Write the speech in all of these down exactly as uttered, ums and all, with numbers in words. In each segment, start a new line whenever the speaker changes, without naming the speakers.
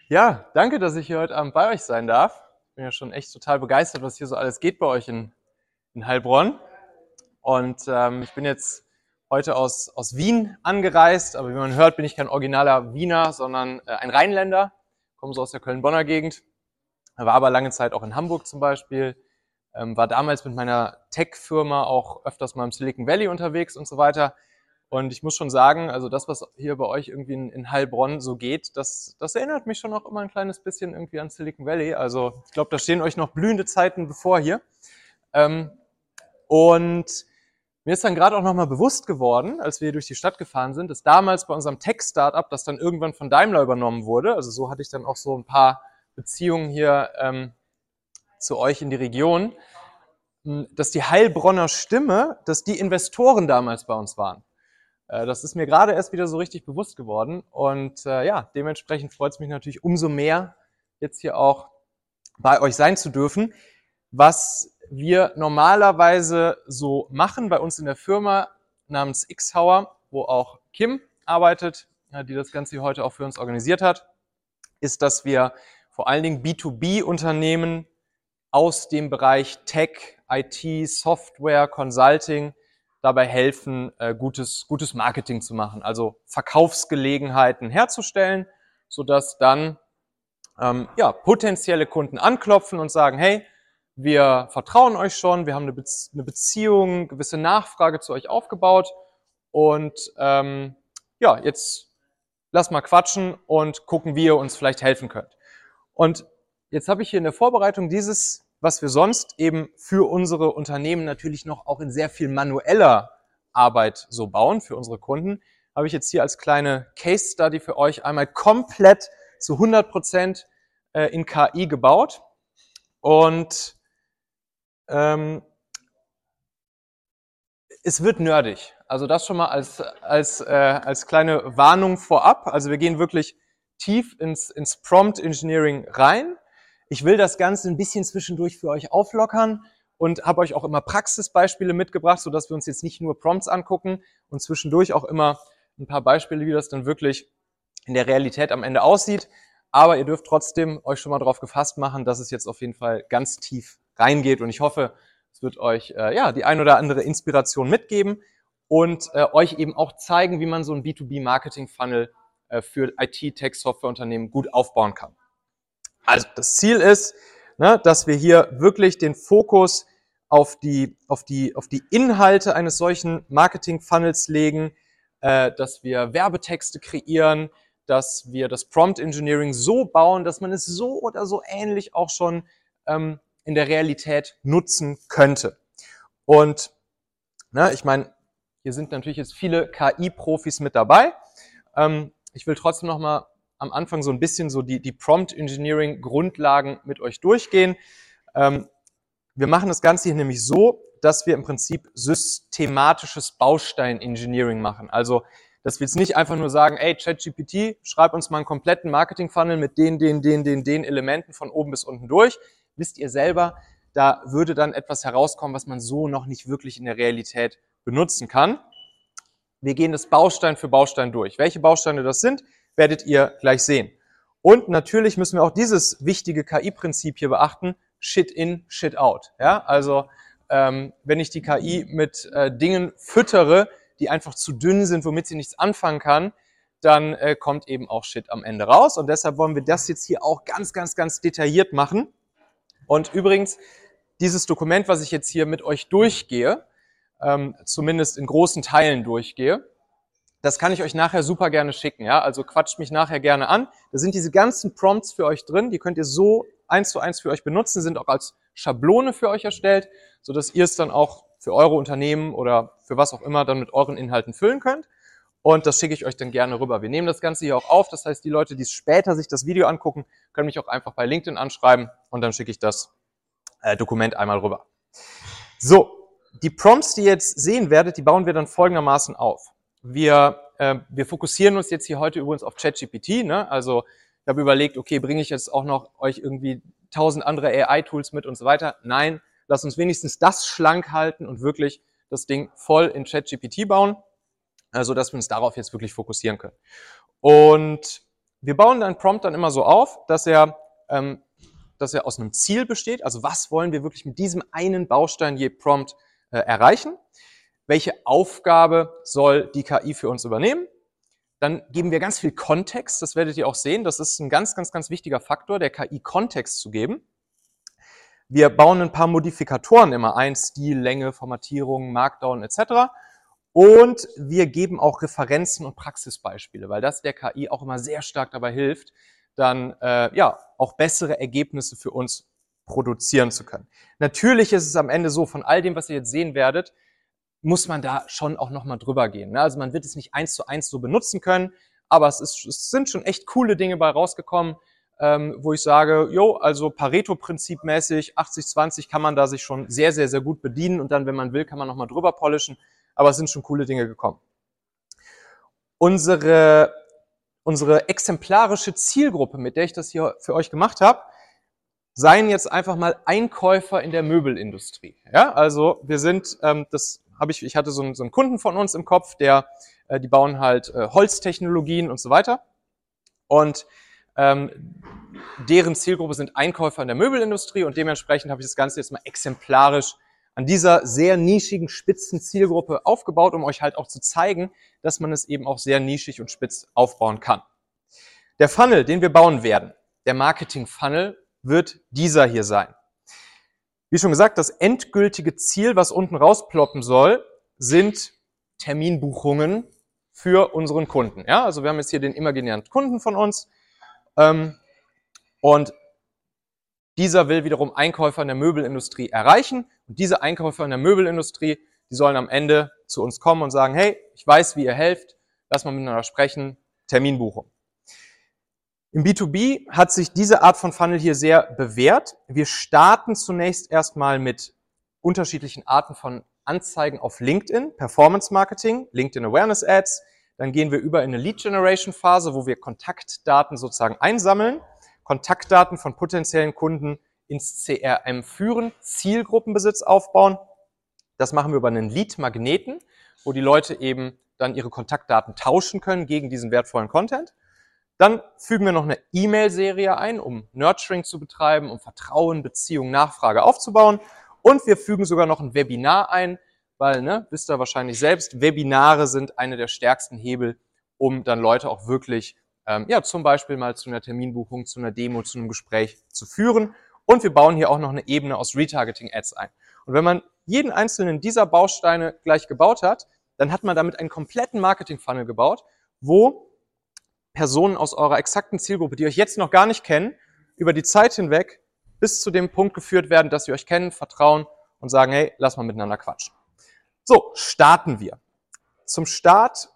Ja, danke, dass ich hier heute Abend bei euch sein darf. Ich bin ja schon echt total begeistert, was hier so alles geht bei euch in, in Heilbronn. Und ähm, ich bin jetzt heute aus, aus Wien angereist, aber wie man hört, bin ich kein originaler Wiener, sondern äh, ein Rheinländer. Ich komme so aus der Köln-Bonner Gegend, war aber lange Zeit auch in Hamburg zum Beispiel, ähm, war damals mit meiner Tech-Firma auch öfters mal im Silicon Valley unterwegs und so weiter. Und ich muss schon sagen, also das, was hier bei euch irgendwie in, in Heilbronn so geht, das, das erinnert mich schon auch immer ein kleines bisschen irgendwie an Silicon Valley. Also ich glaube, da stehen euch noch blühende Zeiten bevor hier. Ähm, und mir ist dann gerade auch nochmal bewusst geworden, als wir durch die Stadt gefahren sind, dass damals bei unserem Tech-Startup, das dann irgendwann von Daimler übernommen wurde, also so hatte ich dann auch so ein paar Beziehungen hier ähm, zu euch in die Region, dass die Heilbronner Stimme, dass die Investoren damals bei uns waren. Das ist mir gerade erst wieder so richtig bewusst geworden und äh, ja, dementsprechend freut es mich natürlich umso mehr, jetzt hier auch bei euch sein zu dürfen. Was wir normalerweise so machen bei uns in der Firma namens Xhauer, wo auch Kim arbeitet, die das Ganze hier heute auch für uns organisiert hat, ist, dass wir vor allen Dingen B zwei B-Unternehmen aus dem Bereich Tech, I T, Software, Consulting dabei helfen, äh, gutes, gutes Marketing zu machen, also Verkaufsgelegenheiten herzustellen, sodass dann ähm, ja, potenzielle Kunden anklopfen und sagen, hey, wir vertrauen euch schon, wir haben eine, Be eine Beziehung, gewisse Nachfrage zu euch aufgebaut und ähm, ja, jetzt lass mal quatschen und gucken, wie ihr uns vielleicht helfen könnt. Und jetzt habe ich hier in der Vorbereitung dieses, was wir sonst eben für unsere Unternehmen natürlich noch auch in sehr viel manueller Arbeit so bauen, für unsere Kunden, habe ich jetzt hier als kleine Case Study für euch einmal komplett zu hundert Prozent in K I gebaut. Und ähm, es wird nerdig. Also das schon mal als, als, äh, als kleine Warnung vorab. Also wir gehen wirklich tief ins, ins Prompt Engineering rein. Ich will das Ganze ein bisschen zwischendurch für euch auflockern und habe euch auch immer Praxisbeispiele mitgebracht, sodass wir uns jetzt nicht nur Prompts angucken und zwischendurch auch immer ein paar Beispiele, wie das dann wirklich in der Realität am Ende aussieht. Aber ihr dürft trotzdem euch schon mal darauf gefasst machen, dass es jetzt auf jeden Fall ganz tief reingeht. Und ich hoffe, es wird euch äh, ja die ein oder andere Inspiration mitgeben und äh, euch eben auch zeigen, wie man so ein B zwei B-Marketing-Funnel äh, für I T-Tech-Software-Unternehmen gut aufbauen kann. Also das Ziel ist, ne, dass wir hier wirklich den Fokus auf die, auf die, auf die Inhalte eines solchen Marketing-Funnels legen, äh, dass wir Werbetexte kreieren, dass wir das Prompt Engineering so bauen, dass man es so oder so ähnlich auch schon ähm, in der Realität nutzen könnte. Und ne, ich meine, hier sind natürlich jetzt viele K I-Profis mit dabei. Ähm, ich will trotzdem noch mal am Anfang so ein bisschen so die, die Prompt-Engineering-Grundlagen mit euch durchgehen. Ähm, wir machen das Ganze hier nämlich so, dass wir im Prinzip systematisches Baustein-Engineering machen. Also, dass wir jetzt nicht einfach nur sagen, ey, ChatGPT, schreib uns mal einen kompletten Marketing-Funnel mit den, den, den, den, den Elementen von oben bis unten durch. Wisst ihr selber, da würde dann etwas herauskommen, was man so noch nicht wirklich in der Realität benutzen kann. Wir gehen das Baustein für Baustein durch. Welche Bausteine das sind, werdet ihr gleich sehen. Und natürlich müssen wir auch dieses wichtige K I-Prinzip hier beachten, Shit in, Shit out. Ja, also ähm, wenn ich die K I mit äh, Dingen füttere, die einfach zu dünn sind, womit sie nichts anfangen kann, dann äh, kommt eben auch Shit am Ende raus. Und deshalb wollen wir das jetzt hier auch ganz, ganz, ganz detailliert machen. Und übrigens, dieses Dokument, was ich jetzt hier mit euch durchgehe, ähm, zumindest in großen Teilen durchgehe, das kann ich euch nachher super gerne schicken. Ja? Also quatscht mich nachher gerne an. Da sind diese ganzen Prompts für euch drin, die könnt ihr so eins zu eins für euch benutzen, sind auch als Schablone für euch erstellt, sodass ihr es dann auch für eure Unternehmen oder für was auch immer dann mit euren Inhalten füllen könnt. Und das schicke ich euch dann gerne rüber. Wir nehmen das Ganze hier auch auf. Das heißt, die Leute, die später sich das Video angucken, können mich auch einfach bei LinkedIn anschreiben und dann schicke ich das äh, Dokument einmal rüber. So, die Prompts, die ihr jetzt sehen werdet, die bauen wir dann folgendermaßen auf. Wir, äh, wir fokussieren uns jetzt hier heute übrigens auf ChatGPT. Ne? Also ich habe überlegt, okay, bringe ich jetzt auch noch euch irgendwie tausend andere A I-Tools mit und so weiter? Nein, lasst uns wenigstens das schlank halten und wirklich das Ding voll in ChatGPT bauen, also dass wir uns darauf jetzt wirklich fokussieren können. Und wir bauen deinen Prompt dann immer so auf, dass er, ähm, dass er aus einem Ziel besteht. Also was wollen wir wirklich mit diesem einen Baustein je Prompt äh, erreichen? Welche Aufgabe soll die K I für uns übernehmen? Dann geben wir ganz viel Kontext, das werdet ihr auch sehen. Das ist ein ganz, ganz, ganz wichtiger Faktor, der K I Kontext zu geben. Wir bauen ein paar Modifikatoren immer ein, Stil, Länge, Formatierung, Markdown et cetera. Und wir geben auch Referenzen und Praxisbeispiele, weil das der K I auch immer sehr stark dabei hilft, dann äh, ja auch bessere Ergebnisse für uns produzieren zu können. Natürlich ist es am Ende so, von all dem, was ihr jetzt sehen werdet, muss man da schon auch nochmal drüber gehen. Ne? Also man wird es nicht eins zu eins so benutzen können, aber es, ist, es sind schon echt coole Dinge bei rausgekommen, ähm, wo ich sage, jo, also Pareto-Prinzip mäßig, achtzig zwanzig kann man da sich schon sehr, sehr, sehr gut bedienen und dann, wenn man will, kann man nochmal drüber polischen. Aber es sind schon coole Dinge gekommen. Unsere, unsere exemplarische Zielgruppe, mit der ich das hier für euch gemacht habe, seien jetzt einfach mal Einkäufer in der Möbelindustrie. Ja, also wir sind, ähm, das habe ich, ich hatte so einen, so einen Kunden von uns im Kopf, der, äh, die bauen halt äh, Holztechnologien und so weiter. Und ähm, deren Zielgruppe sind Einkäufer in der Möbelindustrie und dementsprechend habe ich das Ganze jetzt mal exemplarisch an dieser sehr nischigen, spitzen Zielgruppe aufgebaut, um euch halt auch zu zeigen, dass man es eben auch sehr nischig und spitz aufbauen kann. Der Funnel, den wir bauen werden, der Marketing-Funnel, wird dieser hier sein. Wie schon gesagt, das endgültige Ziel, was unten rausploppen soll, sind Terminbuchungen für unseren Kunden. Ja, also wir haben jetzt hier den imaginären Kunden von uns ähm, und dieser will wiederum Einkäufer in der Möbelindustrie erreichen. Und diese Einkäufer in der Möbelindustrie, die sollen am Ende zu uns kommen und sagen, hey, ich weiß, wie ihr helft, lass mal miteinander sprechen, Terminbuchung. Im B zwei B hat sich diese Art von Funnel hier sehr bewährt. Wir starten zunächst erstmal mit unterschiedlichen Arten von Anzeigen auf LinkedIn, Performance Marketing, LinkedIn Awareness Ads. Dann gehen wir über in eine Lead Generation Phase, wo wir Kontaktdaten sozusagen einsammeln, Kontaktdaten von potenziellen Kunden ins C R M führen, Zielgruppenbesitz aufbauen. Das machen wir über einen Lead-Magneten, wo die Leute eben dann ihre Kontaktdaten tauschen können gegen diesen wertvollen Content. Dann fügen wir noch eine E-Mail-Serie ein, um Nurturing zu betreiben, um Vertrauen, Beziehung, Nachfrage aufzubauen. Und wir fügen sogar noch ein Webinar ein, weil, ne, wisst ihr wahrscheinlich selbst, Webinare sind eine der stärksten Hebel, um dann Leute auch wirklich, ähm, ja, zum Beispiel mal zu einer Terminbuchung, zu einer Demo, zu einem Gespräch zu führen. Und wir bauen hier auch noch eine Ebene aus Retargeting-Ads ein. Und wenn man jeden einzelnen dieser Bausteine gleich gebaut hat, dann hat man damit einen kompletten Marketing-Funnel gebaut, wo Personen aus eurer exakten Zielgruppe, die euch jetzt noch gar nicht kennen, über die Zeit hinweg bis zu dem Punkt geführt werden, dass sie euch kennen, vertrauen und sagen, hey, lass mal miteinander quatschen. So, starten wir. Zum Start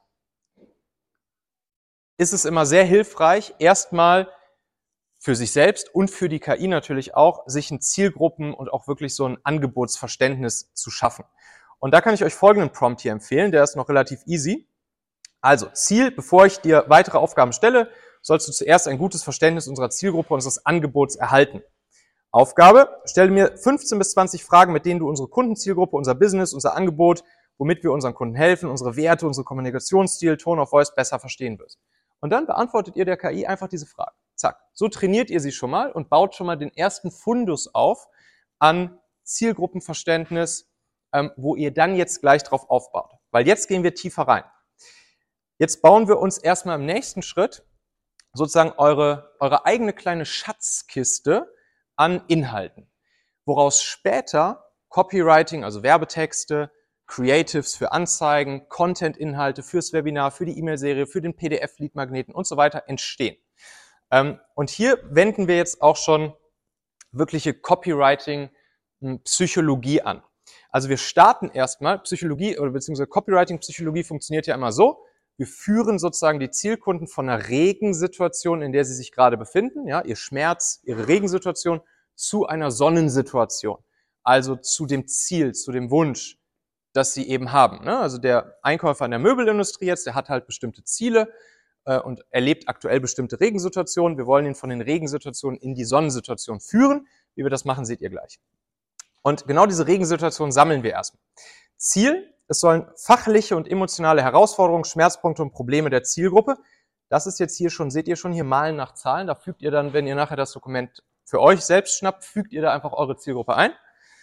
ist es immer sehr hilfreich, erstmal für sich selbst und für die K I natürlich auch, sich ein Zielgruppen- und auch wirklich so ein Angebotsverständnis zu schaffen. Und da kann ich euch folgenden Prompt hier empfehlen, der ist noch relativ easy. Also Ziel, bevor ich dir weitere Aufgaben stelle, sollst du zuerst ein gutes Verständnis unserer Zielgruppe, unseres Angebots erhalten. Aufgabe, stelle mir fünfzehn bis zwanzig Fragen, mit denen du unsere Kundenzielgruppe, unser Business, unser Angebot, womit wir unseren Kunden helfen, unsere Werte, unsere Kommunikationsstil, Tone of Voice besser verstehen wirst. Und dann beantwortet ihr der K I einfach diese Fragen. Zack. So trainiert ihr sie schon mal und baut schon mal den ersten Fundus auf an Zielgruppenverständnis, ähm, wo ihr dann jetzt gleich drauf aufbaut. Weil jetzt gehen wir tiefer rein. Jetzt bauen wir uns erstmal im nächsten Schritt sozusagen eure, eure eigene kleine Schatzkiste an Inhalten, woraus später Copywriting, also Werbetexte, Creatives für Anzeigen, Content-Inhalte fürs Webinar, für die E-Mail-Serie, für den P D F-Lead-Magneten und so weiter entstehen. Und hier wenden wir jetzt auch schon wirkliche Copywriting-Psychologie an. Also wir starten erstmal, Psychologie oder beziehungsweise Copywriting-Psychologie funktioniert ja immer so, wir führen sozusagen die Zielkunden von einer Regensituation, in der sie sich gerade befinden, ja, ihr Schmerz, ihre Regensituation, zu einer Sonnensituation. Also zu dem Ziel, zu dem Wunsch, das sie eben haben. Ne? Also der Einkäufer in der Möbelindustrie jetzt, der hat halt bestimmte Ziele äh, und erlebt aktuell bestimmte Regensituationen. Wir wollen ihn von den Regensituationen in die Sonnensituation führen. Wie wir das machen, seht ihr gleich. Und genau diese Regensituationen sammeln wir erstmal. Ziel, es sollen fachliche und emotionale Herausforderungen, Schmerzpunkte und Probleme der Zielgruppe Das ist jetzt hier schon, seht ihr schon hier Malen nach Zahlen. Da fügt ihr dann, wenn ihr nachher das Dokument für euch selbst schnappt, fügt ihr da einfach eure Zielgruppe ein.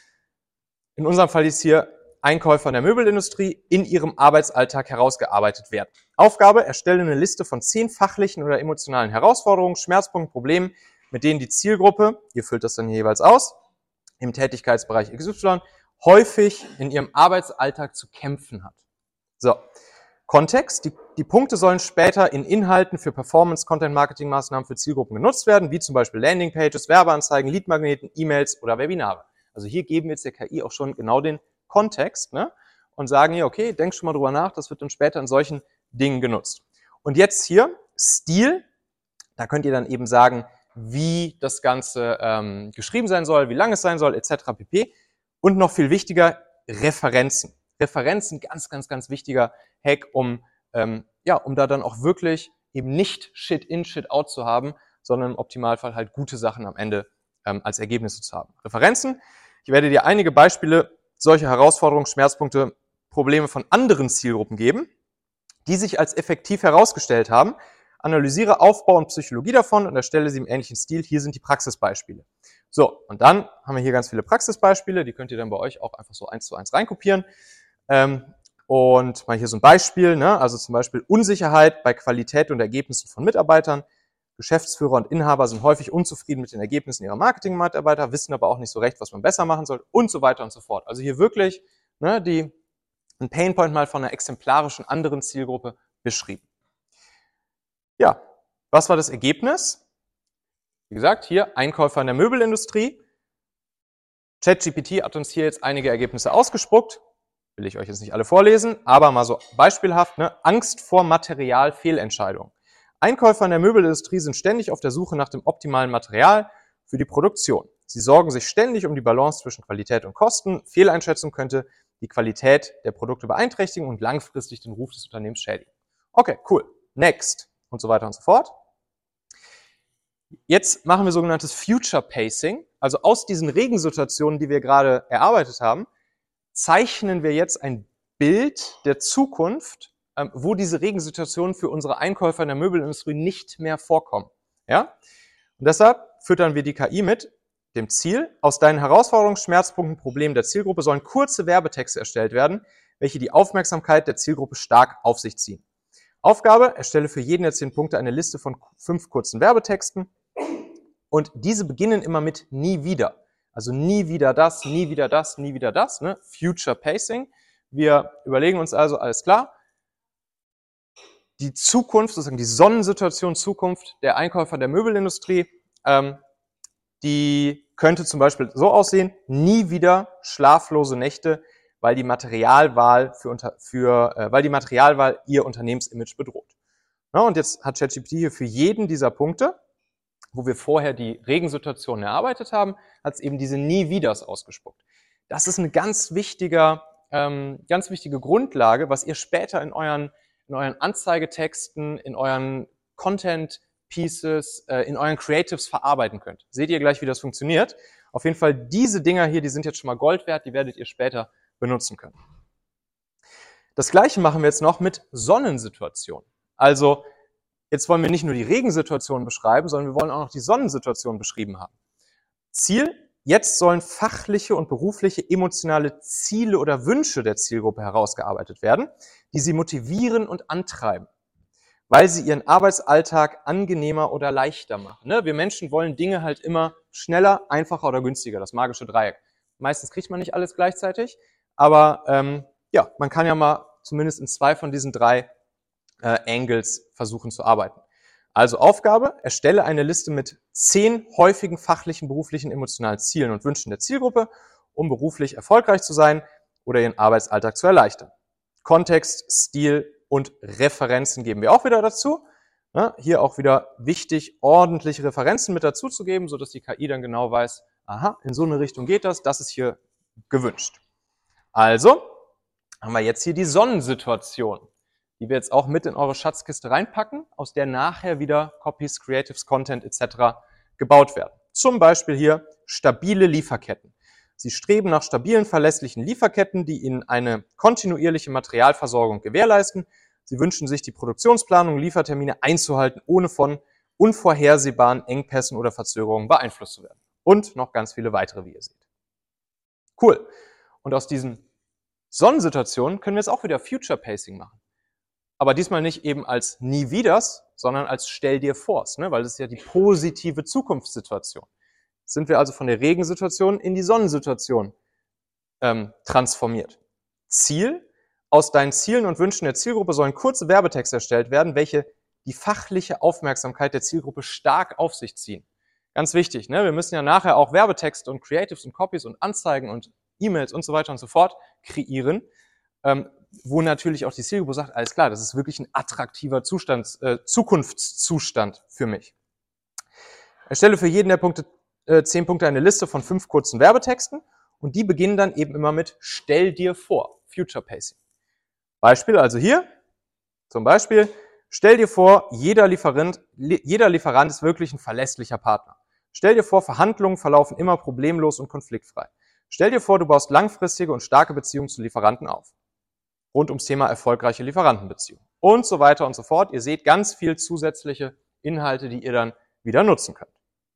In unserem Fall ist hier Einkäufer in der Möbelindustrie in ihrem Arbeitsalltag herausgearbeitet werden. Aufgabe, erstelle eine Liste von zehn fachlichen oder emotionalen Herausforderungen, Schmerzpunkten, Problemen, mit denen die Zielgruppe, ihr füllt das dann hier jeweils aus, im Tätigkeitsbereich X Y, häufig in ihrem Arbeitsalltag zu kämpfen hat. So, Kontext, die, die Punkte sollen später in Inhalten für Performance-Content-Marketing-Maßnahmen für Zielgruppen genutzt werden, wie zum Beispiel Landingpages, Werbeanzeigen, Leadmagneten, E-Mails oder Webinare. Also hier geben wir jetzt der K I auch schon genau den Kontext, ne? Und sagen hier, okay, denk schon mal drüber nach, das wird dann später in solchen Dingen genutzt. Und jetzt hier Stil, da könnt ihr dann eben sagen, wie das Ganze ähm, geschrieben sein soll, wie lang es sein soll, et cetera pp. Und noch viel wichtiger, Referenzen. Referenzen, ganz, ganz, ganz wichtiger Hack, um, ähm, ja, um da dann auch wirklich eben nicht Shit in, Shit out zu haben, sondern im Optimalfall halt gute Sachen am Ende ähm, als Ergebnisse zu haben. Referenzen, ich werde dir einige Beispiele solcher Herausforderungen, Schmerzpunkte, Probleme von anderen Zielgruppen geben, die sich als effektiv herausgestellt haben. Analysiere Aufbau und Psychologie davon und erstelle sie im ähnlichen Stil. Hier sind die Praxisbeispiele. So, und dann haben wir hier ganz viele Praxisbeispiele, die könnt ihr dann bei euch auch einfach so eins zu eins reinkopieren. Ähm, und mal hier so ein Beispiel, ne? Also zum Beispiel Unsicherheit bei Qualität und Ergebnissen von Mitarbeitern. Geschäftsführer und Inhaber sind häufig unzufrieden mit den Ergebnissen ihrer Marketing-Mitarbeiter, wissen aber auch nicht so recht, was man besser machen soll und so weiter und so fort. Also hier wirklich ne, die, ein Painpoint mal von einer exemplarischen anderen Zielgruppe beschrieben. Ja, was war das Ergebnis? Wie gesagt, hier Einkäufer in der Möbelindustrie. ChatGPT hat uns hier jetzt einige Ergebnisse ausgespuckt. Will ich euch jetzt nicht alle vorlesen, aber mal so beispielhaft, ne? Angst vor Materialfehlentscheidungen. Einkäufer in der Möbelindustrie sind ständig auf der Suche nach dem optimalen Material für die Produktion. Sie sorgen sich ständig um die Balance zwischen Qualität und Kosten. Fehleinschätzung könnte die Qualität der Produkte beeinträchtigen und langfristig den Ruf des Unternehmens schädigen. Okay, cool. Next. Und so weiter und so fort. Jetzt machen wir sogenanntes Future Pacing. Also aus diesen Regensituationen, die wir gerade erarbeitet haben, zeichnen wir jetzt ein Bild der Zukunft, wo diese Regensituationen für unsere Einkäufer in der Möbelindustrie nicht mehr vorkommen. Ja? Und deshalb füttern wir die K I mit dem Ziel, aus deinen Herausforderungen, Schmerzpunkten, Problemen der Zielgruppe sollen kurze Werbetexte erstellt werden, welche die Aufmerksamkeit der Zielgruppe stark auf sich ziehen. Aufgabe, erstelle für jeden der zehn Punkte eine Liste von fünf kurzen Werbetexten und diese beginnen immer mit nie wieder. Also nie wieder das, nie wieder das, nie wieder das, ne? Future Pacing. Wir überlegen uns also, alles klar, die Zukunft, sozusagen die Sonnensituation Zukunft der Einkäufer der Möbelindustrie, ähm, die könnte zum Beispiel so aussehen, nie wieder schlaflose Nächte, weil die Materialwahl für, unter, für äh, weil die Materialwahl ihr Unternehmensimage bedroht. Ja, und jetzt hat ChatGPT hier für jeden dieser Punkte, wo wir vorher die Regensituationen erarbeitet haben, hat es eben diese Nie-Widers ausgespuckt. Das ist eine ganz wichtige, ähm, ganz wichtige Grundlage, was ihr später in euren in euren Anzeigetexten, in euren Content-Pieces, äh, in euren Creatives verarbeiten könnt. Seht ihr gleich, wie das funktioniert. Auf jeden Fall diese Dinger hier, die sind jetzt schon mal Gold wert, die werdet ihr später benutzen können. Das Gleiche machen wir jetzt noch mit Sonnensituationen. Also jetzt wollen wir nicht nur die Regensituation beschreiben, sondern wir wollen auch noch die Sonnensituation beschrieben haben. Ziel, jetzt sollen fachliche und berufliche emotionale Ziele oder Wünsche der Zielgruppe herausgearbeitet werden, die sie motivieren und antreiben, weil sie ihren Arbeitsalltag angenehmer oder leichter machen. Wir Menschen wollen Dinge halt immer schneller, einfacher oder günstiger, das magische Dreieck. Meistens kriegt man nicht alles gleichzeitig, aber ähm, ja, man kann ja mal zumindest in zwei von diesen drei äh, Angles versuchen zu arbeiten. Also Aufgabe, erstelle eine Liste mit zehn häufigen fachlichen, beruflichen, emotionalen Zielen und Wünschen der Zielgruppe, um beruflich erfolgreich zu sein oder ihren Arbeitsalltag zu erleichtern. Kontext, Stil und Referenzen geben wir auch wieder dazu. Ja, hier auch wieder wichtig, ordentliche Referenzen mit dazu zu geben, sodass die K I dann genau weiß, aha, in so eine Richtung geht das, das ist hier gewünscht. Also haben wir jetzt hier die Sonnensituation, die wir jetzt auch mit in eure Schatzkiste reinpacken, aus der nachher wieder Copies, Creatives, Content et cetera gebaut werden. Zum Beispiel hier stabile Lieferketten. Sie streben nach stabilen, verlässlichen Lieferketten, die ihnen eine kontinuierliche Materialversorgung gewährleisten. Sie wünschen sich, die Produktionsplanung, Liefertermine einzuhalten, ohne von unvorhersehbaren Engpässen oder Verzögerungen beeinflusst zu werden. Und noch ganz viele weitere, wie ihr seht. Cool. Und aus diesen Sonnensituationen können wir jetzt auch wieder Future Pacing machen. Aber diesmal nicht eben als nie wieders, sondern als stell dir vors, ne? Weil das ist ja die positive Zukunftssituation. Jetzt sind wir also von der Regensituation in die Sonnensituation ähm, transformiert. Ziel: Aus deinen Zielen und Wünschen der Zielgruppe sollen kurze Werbetexte erstellt werden, welche die fachliche Aufmerksamkeit der Zielgruppe stark auf sich ziehen. Ganz wichtig, ne? Wir müssen ja nachher auch Werbetexte und Creatives und Copies und Anzeigen und E-Mails und so weiter und so fort kreieren, ähm, wo natürlich auch die Zielgruppe sagt, alles klar, das ist wirklich ein attraktiver Zustand, äh, Zukunftszustand für mich. Erstelle für jeden der Punkte, äh, zehn Punkte eine Liste von fünf kurzen Werbetexten und die beginnen dann eben immer mit stell dir vor, Future Pacing. Beispiel also hier, zum Beispiel, stell dir vor, jeder Lieferant, jeder Lieferant ist wirklich ein verlässlicher Partner. Stell dir vor, Verhandlungen verlaufen immer problemlos und konfliktfrei. Stell dir vor, du baust langfristige und starke Beziehungen zu Lieferanten auf. Rund ums Thema erfolgreiche Lieferantenbeziehungen. Und so weiter und so fort. Ihr seht ganz viel zusätzliche Inhalte, die ihr dann wieder nutzen könnt.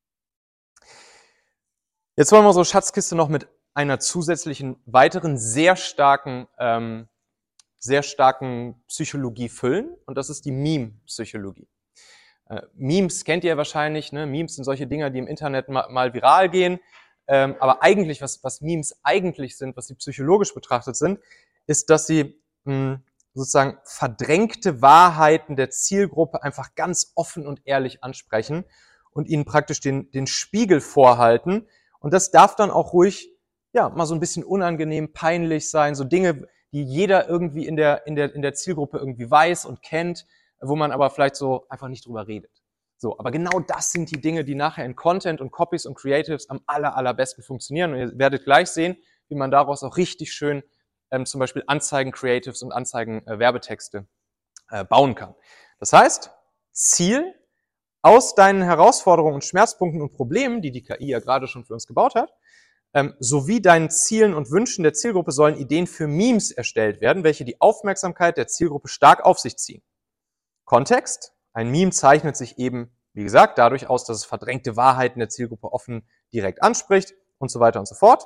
Jetzt wollen wir unsere Schatzkiste noch mit einer zusätzlichen, weiteren, sehr starken, ähm, sehr starken Psychologie füllen. Und das ist die Meme-Psychologie. Äh, Memes kennt ihr wahrscheinlich. Ne? Memes sind solche Dinger, die im Internet mal, mal viral gehen. Ähm, aber eigentlich, was, was Memes eigentlich sind, was sie psychologisch betrachtet sind, ist, dass sie mh, sozusagen verdrängte Wahrheiten der Zielgruppe einfach ganz offen und ehrlich ansprechen und ihnen praktisch den, den Spiegel vorhalten. Und das darf dann auch ruhig, ja, mal so ein bisschen unangenehm, peinlich sein, so Dinge, die jeder irgendwie in der, in der, in der Zielgruppe irgendwie weiß und kennt, wo man aber vielleicht so einfach nicht drüber redet. So, aber genau das sind die Dinge, die nachher in Content und Copies und Creatives am aller, allerbesten funktionieren. Und ihr werdet gleich sehen, wie man daraus auch richtig schön ähm, zum Beispiel Anzeigen, Creatives und Anzeigen, äh, Werbetexte äh, bauen kann. Das heißt, Ziel: Aus deinen Herausforderungen und Schmerzpunkten und Problemen, die die K I ja gerade schon für uns gebaut hat, ähm, sowie deinen Zielen und Wünschen der Zielgruppe sollen Ideen für Memes erstellt werden, welche die Aufmerksamkeit der Zielgruppe stark auf sich ziehen. Kontext: Ein Meme zeichnet sich eben, wie gesagt, dadurch aus, dass es verdrängte Wahrheiten der Zielgruppe offen direkt anspricht und so weiter und so fort.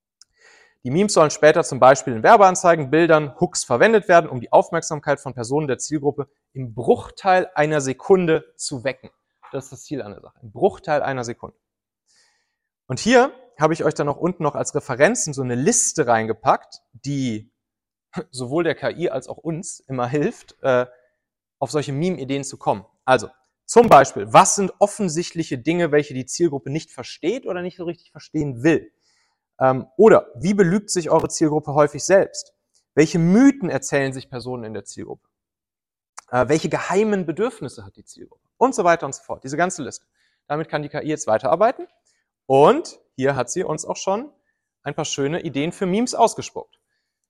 Die Memes sollen später zum Beispiel in Werbeanzeigen, Bildern, Hooks verwendet werden, um die Aufmerksamkeit von Personen der Zielgruppe im Bruchteil einer Sekunde zu wecken. Das ist das Ziel an der Sache. Im Bruchteil einer Sekunde. Und hier habe ich euch dann noch unten noch als Referenzen so eine Liste reingepackt, die sowohl der K I als auch uns immer hilft, äh, auf solche Meme-Ideen zu kommen. Also, zum Beispiel, was sind offensichtliche Dinge, welche die Zielgruppe nicht versteht oder nicht so richtig verstehen will? Ähm, oder, wie belügt sich eure Zielgruppe häufig selbst? Welche Mythen erzählen sich Personen in der Zielgruppe? Äh, welche geheimen Bedürfnisse hat die Zielgruppe? Und so weiter und so fort. Diese ganze Liste. Damit kann die K I jetzt weiterarbeiten. Und hier hat sie uns auch schon ein paar schöne Ideen für Memes ausgespuckt.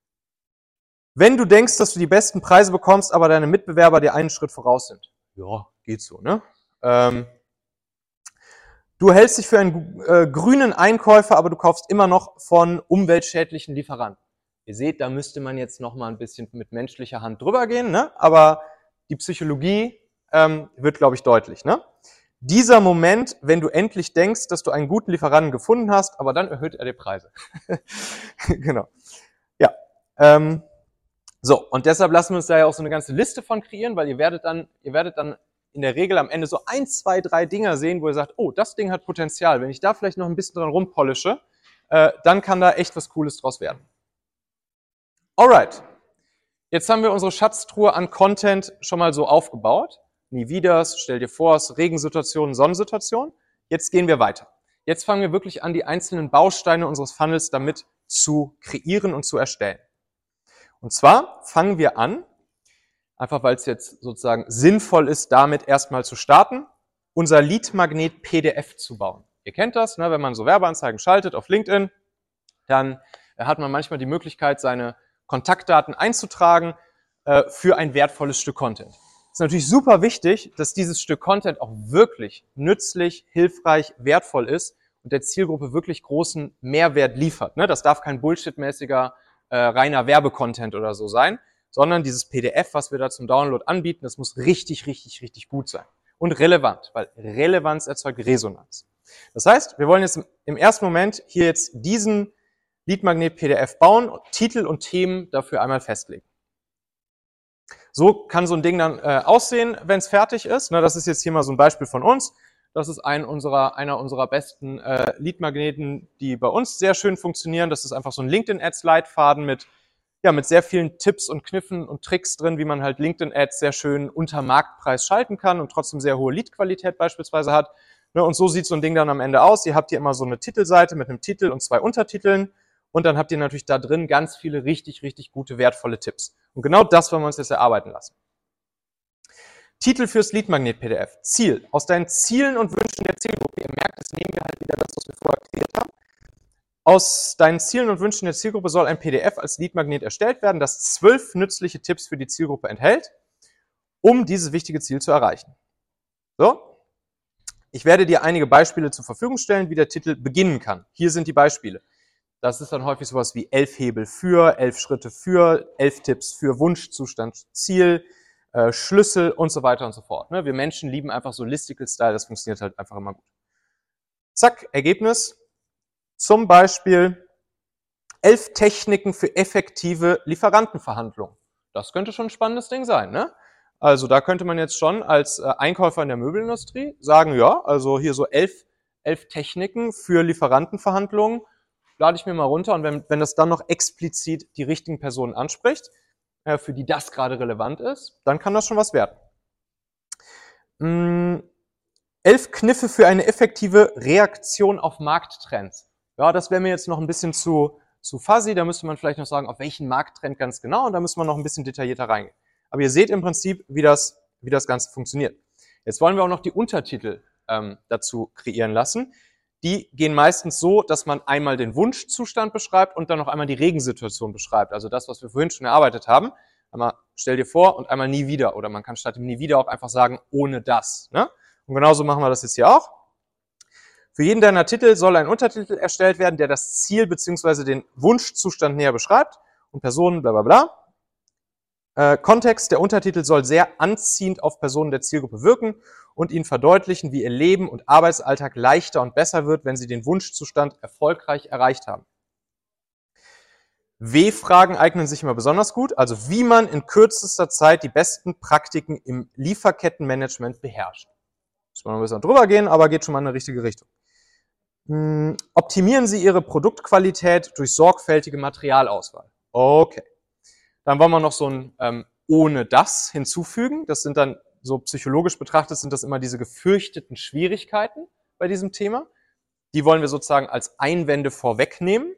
Wenn du denkst, dass du die besten Preise bekommst, aber deine Mitbewerber dir einen Schritt voraus sind. Ja, geht so, ne? Ähm, du hältst dich für einen äh, grünen Einkäufer, aber du kaufst immer noch von umweltschädlichen Lieferanten. Ihr seht, da müsste man jetzt noch mal ein bisschen mit menschlicher Hand drüber gehen, ne? Aber die Psychologie ähm, wird, glaube ich, deutlich, ne? Dieser Moment, wenn du endlich denkst, dass du einen guten Lieferanten gefunden hast, aber dann erhöht er die Preise. Genau. Ja. Ähm, So, und deshalb lassen wir uns da ja auch so eine ganze Liste von kreieren, weil ihr werdet dann, ihr werdet dann in der Regel am Ende so ein, zwei, drei Dinger sehen, wo ihr sagt, oh, das Ding hat Potenzial. Wenn ich da vielleicht noch ein bisschen dran rumpolische, äh, dann kann da echt was Cooles draus werden. Alright. Jetzt haben wir unsere Schatztruhe an Content schon mal so aufgebaut. Nie wieders, stell dir vor, Regensituation, Sonnensituation. Jetzt gehen wir weiter. Jetzt fangen wir wirklich an, die einzelnen Bausteine unseres Funnels damit zu kreieren und zu erstellen. Und zwar fangen wir an, einfach weil es jetzt sozusagen sinnvoll ist, damit erstmal zu starten, unser Lead-Magnet P D F zu bauen. Ihr kennt das, ne, wenn man so Werbeanzeigen schaltet auf LinkedIn, dann hat man manchmal die Möglichkeit, seine Kontaktdaten einzutragen äh, für ein wertvolles Stück Content. Es ist natürlich super wichtig, dass dieses Stück Content auch wirklich nützlich, hilfreich, wertvoll ist und der Zielgruppe wirklich großen Mehrwert liefert. Ne? Das darf kein bullshitmäßiger, äh, reiner Werbecontent oder so sein, sondern dieses P D F, was wir da zum Download anbieten, das muss richtig, richtig, richtig gut sein. Und relevant, weil Relevanz erzeugt Resonanz. Das heißt, wir wollen jetzt im ersten Moment hier jetzt diesen Lead-Magnet-P D F bauen, Titel und Themen dafür einmal festlegen. So kann so ein Ding dann äh, aussehen, wenn es fertig ist. Na, das ist jetzt hier mal so ein Beispiel von uns. Das ist ein unserer, einer unserer besten äh, Lead-Magneten, die bei uns sehr schön funktionieren. Das ist einfach so ein LinkedIn-Ads-Leitfaden mit, ja, mit sehr vielen Tipps und Kniffen und Tricks drin, wie man halt LinkedIn-Ads sehr schön unter Marktpreis schalten kann und trotzdem sehr hohe Lead-Qualität beispielsweise hat. Ne, und so sieht so ein Ding dann am Ende aus. Ihr habt hier immer so eine Titelseite mit einem Titel und zwei Untertiteln. Und dann habt ihr natürlich da drin ganz viele richtig, richtig gute, wertvolle Tipps. Und genau das wollen wir uns jetzt erarbeiten lassen. Titel fürs Lead-Magnet-P D F. Ziel. Aus deinen Zielen und Wünschen der Zielgruppe. Ihr merkt, das nehmen wir halt wieder das, was wir vorher kreiert haben. Aus deinen Zielen und Wünschen der Zielgruppe soll ein P D F als Lead-Magnet erstellt werden, das zwölf nützliche Tipps für die Zielgruppe enthält, um dieses wichtige Ziel zu erreichen. So. Ich werde dir einige Beispiele zur Verfügung stellen, wie der Titel beginnen kann. Hier sind die Beispiele. Das ist dann häufig sowas wie elf Hebel für, elf Schritte für, elf Tipps für Wunschzustand, Ziel, äh, Schlüssel und so weiter und so fort. Ne? Wir Menschen lieben einfach so Listicle-Style, das funktioniert halt einfach immer gut. Zack, Ergebnis. Zum Beispiel elf Techniken für effektive Lieferantenverhandlungen. Das könnte schon ein spannendes Ding sein, ne? Also da könnte man jetzt schon als äh, Einkäufer in der Möbelindustrie sagen, ja, also hier so elf, elf Techniken für Lieferantenverhandlungen, lade ich mir mal runter und wenn, wenn das dann noch explizit die richtigen Personen anspricht, äh, für die das gerade relevant ist, dann kann das schon was werden. Mm, elf Kniffe für eine effektive Reaktion auf Markttrends. Ja, das wäre mir jetzt noch ein bisschen zu, zu fuzzy, da müsste man vielleicht noch sagen, auf welchen Markttrend ganz genau und da müsste man noch ein bisschen detaillierter reingehen. Aber ihr seht im Prinzip, wie das, wie das Ganze funktioniert. Jetzt wollen wir auch noch die Untertitel ähm, dazu kreieren lassen. Die gehen meistens so, dass man einmal den Wunschzustand beschreibt und dann noch einmal die Regensituation beschreibt. Also das, was wir vorhin schon erarbeitet haben. Einmal stell dir vor und einmal nie wieder. Oder man kann statt dem nie wieder auch einfach sagen, ohne das. Ne? Und genauso machen wir das jetzt hier auch. Für jeden deiner Titel soll ein Untertitel erstellt werden, der das Ziel bzw. den Wunschzustand näher beschreibt. Und Personen, bla bla bla. Äh, Kontext, der Untertitel soll sehr anziehend auf Personen der Zielgruppe wirken und ihnen verdeutlichen, wie ihr Leben und Arbeitsalltag leichter und besser wird, wenn sie den Wunschzustand erfolgreich erreicht haben. W-Fragen eignen sich immer besonders gut, also wie man in kürzester Zeit die besten Praktiken im Lieferkettenmanagement beherrscht. Muss man noch ein bisschen drüber gehen, aber geht schon mal in eine richtige Richtung. Hm, optimieren Sie Ihre Produktqualität durch sorgfältige Materialauswahl. Okay. Dann wollen wir noch so ein ähm, ohne das hinzufügen. Das sind dann, so psychologisch betrachtet, sind das immer diese gefürchteten Schwierigkeiten bei diesem Thema. Die wollen wir sozusagen als Einwände vorwegnehmen.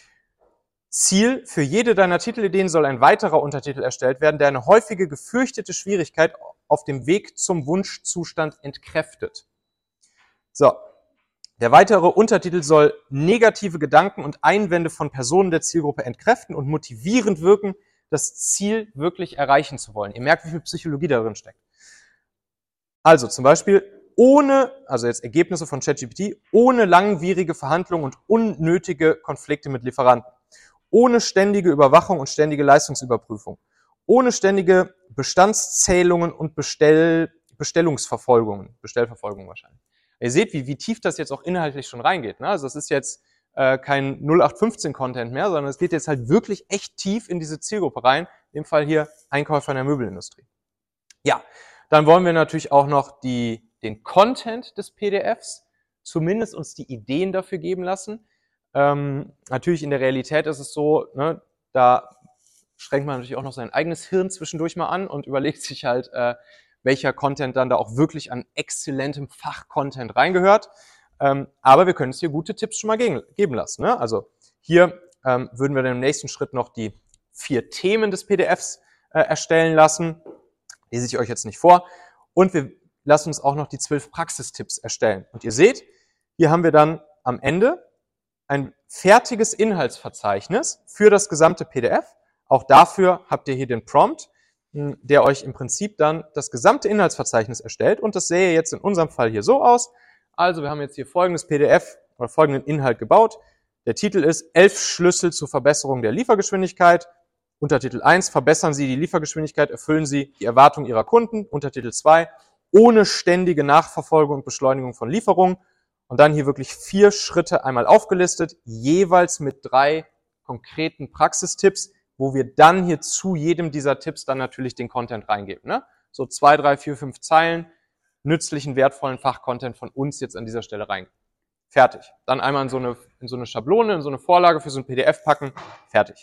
Ziel, für jede deiner Titelideen soll ein weiterer Untertitel erstellt werden, der eine häufige gefürchtete Schwierigkeit auf dem Weg zum Wunschzustand entkräftet. So. Der weitere Untertitel soll negative Gedanken und Einwände von Personen der Zielgruppe entkräften und motivierend wirken, das Ziel wirklich erreichen zu wollen. Ihr merkt, wie viel Psychologie darin steckt. Also zum Beispiel ohne, also jetzt Ergebnisse von ChatGPT, ohne langwierige Verhandlungen und unnötige Konflikte mit Lieferanten, ohne ständige Überwachung und ständige Leistungsüberprüfung, ohne ständige Bestandszählungen und Bestell, Bestellungsverfolgungen, Bestellverfolgung wahrscheinlich. Ihr seht, wie, wie tief das jetzt auch inhaltlich schon reingeht. Ne? Also das ist jetzt äh, kein null acht fünfzehn Content mehr, sondern es geht jetzt halt wirklich echt tief in diese Zielgruppe rein. In dem Fall hier Einkäufer in der Möbelindustrie. Ja, dann wollen wir natürlich auch noch die, den Content des P D Fs, zumindest uns die Ideen dafür geben lassen. Ähm, natürlich in der Realität ist es so, ne, da schränkt man natürlich auch noch sein eigenes Hirn zwischendurch mal an und überlegt sich halt, äh, welcher Content dann da auch wirklich an exzellentem Fachcontent reingehört. Ähm, aber wir können uns hier gute Tipps schon mal gegen, geben lassen. Ne? Also hier ähm, würden wir dann im nächsten Schritt noch die vier Themen des P D Fs äh, erstellen lassen. Lese ich euch jetzt nicht vor. Und wir lassen uns auch noch die zwölf Praxistipps erstellen. Und ihr seht, hier haben wir dann am Ende ein fertiges Inhaltsverzeichnis für das gesamte P D F. Auch dafür habt ihr hier den Prompt, der euch im Prinzip dann das gesamte Inhaltsverzeichnis erstellt. Und das sähe jetzt in unserem Fall hier so aus. Also wir haben jetzt hier folgendes P D F oder folgenden Inhalt gebaut. Der Titel ist elf Schlüssel zur Verbesserung der Liefergeschwindigkeit. Untertitel eins, verbessern Sie die Liefergeschwindigkeit, erfüllen Sie die Erwartungen Ihrer Kunden. Untertitel zwei, ohne ständige Nachverfolgung und Beschleunigung von Lieferungen. Und dann hier wirklich vier Schritte einmal aufgelistet, jeweils mit drei konkreten Praxistipps, wo wir dann hier zu jedem dieser Tipps dann natürlich den Content reingeben. Ne? So zwei, drei, vier, fünf Zeilen, nützlichen, wertvollen Fachcontent von uns jetzt an dieser Stelle rein. Fertig. Dann einmal in so eine, in so eine Schablone, in so eine Vorlage für so ein P D F packen. Fertig.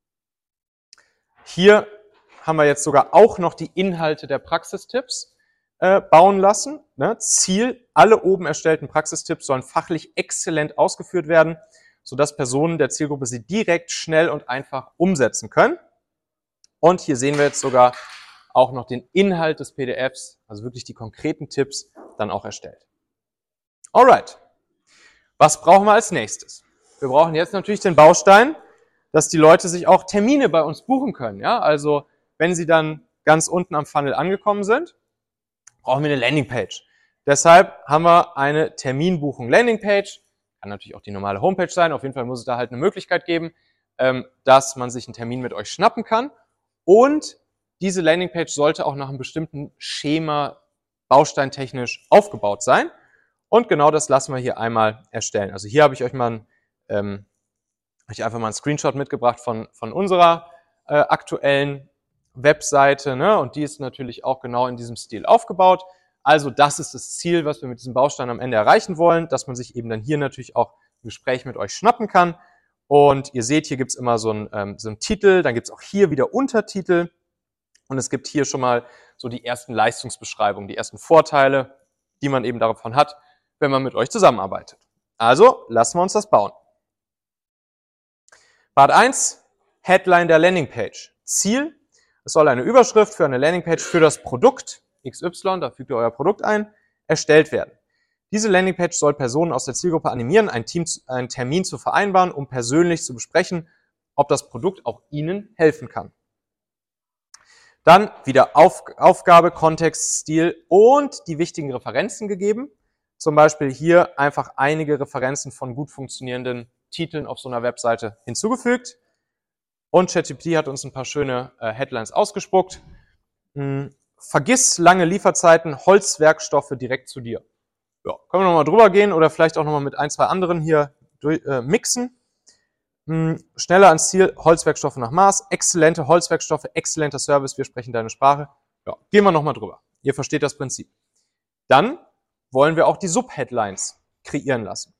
Hier haben wir jetzt sogar auch noch die Inhalte der Praxistipps äh, bauen lassen. Ne? Ziel, alle oben erstellten Praxistipps sollen fachlich exzellent ausgeführt werden, sodass Personen der Zielgruppe sie direkt, schnell und einfach umsetzen können. Und hier sehen wir jetzt sogar auch noch den Inhalt des P D Fs, also wirklich die konkreten Tipps, dann auch erstellt. Alright. Was brauchen wir als nächstes? Wir brauchen jetzt natürlich den Baustein, dass die Leute sich auch Termine bei uns buchen können. Ja? Also wenn sie dann ganz unten am Funnel angekommen sind, brauchen wir eine Landingpage. Deshalb haben wir eine Terminbuchung Landingpage. Kann natürlich auch die normale Homepage sein. Auf jeden Fall muss es da halt eine Möglichkeit geben, dass man sich einen Termin mit euch schnappen kann. Und diese Landingpage sollte auch nach einem bestimmten Schema bausteintechnisch aufgebaut sein. Und genau das lassen wir hier einmal erstellen. Also hier habe ich euch mal ein, ähm, euch einfach mal einen Screenshot mitgebracht von, von unserer äh, aktuellen Webseite. Ne? Und die ist natürlich auch genau in diesem Stil aufgebaut. Also das ist das Ziel, was wir mit diesem Baustein am Ende erreichen wollen, dass man sich eben dann hier natürlich auch ein Gespräch mit euch schnappen kann. Und ihr seht, hier gibt es immer so einen, ähm, so einen Titel, dann gibt es auch hier wieder Untertitel. Und es gibt hier schon mal so die ersten Leistungsbeschreibungen, die ersten Vorteile, die man eben davon hat, wenn man mit euch zusammenarbeitet. Also, lassen wir uns das bauen. Part eins, Headline der Landingpage. Ziel, es soll eine Überschrift für eine Landingpage für das Produkt X Y, da fügt ihr euer Produkt ein, erstellt werden. Diese Landingpage soll Personen aus der Zielgruppe animieren, einen, Team, einen Termin zu vereinbaren, um persönlich zu besprechen, ob das Produkt auch ihnen helfen kann. Dann wieder Auf, Aufgabe, Kontext, Stil und die wichtigen Referenzen gegeben. Zum Beispiel hier einfach einige Referenzen von gut funktionierenden Titeln auf so einer Webseite hinzugefügt. Und ChatGPT hat uns ein paar schöne äh, Headlines ausgespuckt. Hm, vergiss lange Lieferzeiten, Holzwerkstoffe direkt zu dir. Ja, können wir nochmal drüber gehen oder vielleicht auch nochmal mit ein, zwei anderen hier durch, äh, mixen. Hm, schneller ans Ziel, Holzwerkstoffe nach Maß, exzellente Holzwerkstoffe, exzellenter Service, wir sprechen deine Sprache. Ja, gehen wir nochmal drüber. Ihr versteht das Prinzip. Dann wollen wir auch die Subheadlines kreieren lassen.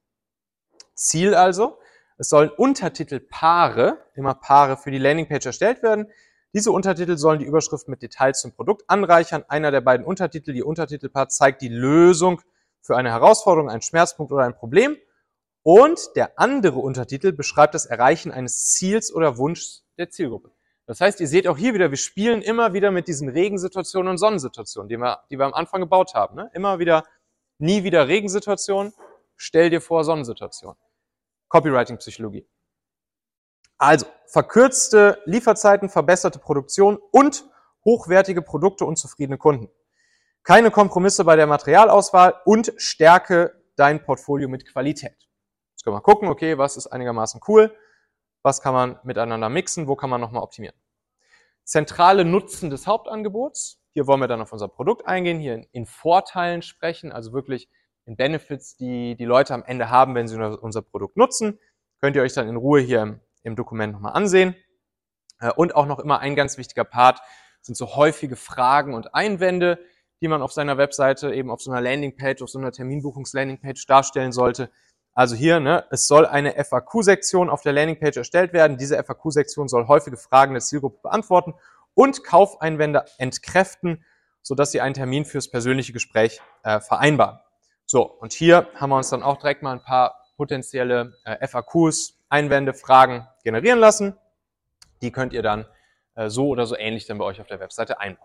Ziel also, es sollen Untertitelpaare, immer Paare für die Landingpage erstellt werden. Diese Untertitel sollen die Überschrift mit Details zum Produkt anreichern. Einer der beiden Untertitel, die Untertitelpaar, zeigt die Lösung für eine Herausforderung, einen Schmerzpunkt oder ein Problem. Und der andere Untertitel beschreibt das Erreichen eines Ziels oder Wunschs der Zielgruppe. Das heißt, ihr seht auch hier wieder, wir spielen immer wieder mit diesen Regensituationen und Sonnensituationen, die wir, die wir am Anfang gebaut haben. Ne? Immer wieder, nie wieder Regensituation, stell dir vor Sonnensituation. Copywriting-Psychologie. Also, verkürzte Lieferzeiten, verbesserte Produktion und hochwertige Produkte und zufriedene Kunden. Keine Kompromisse bei der Materialauswahl und stärke dein Portfolio mit Qualität. Jetzt können wir gucken, okay, was ist einigermaßen cool, was kann man miteinander mixen, wo kann man nochmal optimieren. Zentrale Nutzen des Hauptangebots. Hier wollen wir dann auf unser Produkt eingehen, hier in, in Vorteilen sprechen, also wirklich in Benefits, die die Leute am Ende haben, wenn sie unser Produkt nutzen. Könnt ihr euch dann in Ruhe hier im, im Dokument nochmal ansehen. Und auch noch immer ein ganz wichtiger Part sind so häufige Fragen und Einwände, die man auf seiner Webseite, eben auf so einer Landingpage, auf so einer Terminbuchungs-Landingpage darstellen sollte. Also hier, ne, es soll eine F A Q-Sektion auf der Landingpage erstellt werden. Diese F A Q-Sektion soll häufige Fragen der Zielgruppe beantworten und Kaufeinwände entkräften, sodass sie einen Termin fürs persönliche Gespräch äh, vereinbaren. So, und hier haben wir uns dann auch direkt mal ein paar potenzielle äh, F A Qs, Einwände, Fragen generieren lassen. Die könnt ihr dann äh, so oder so ähnlich dann bei euch auf der Webseite einbauen.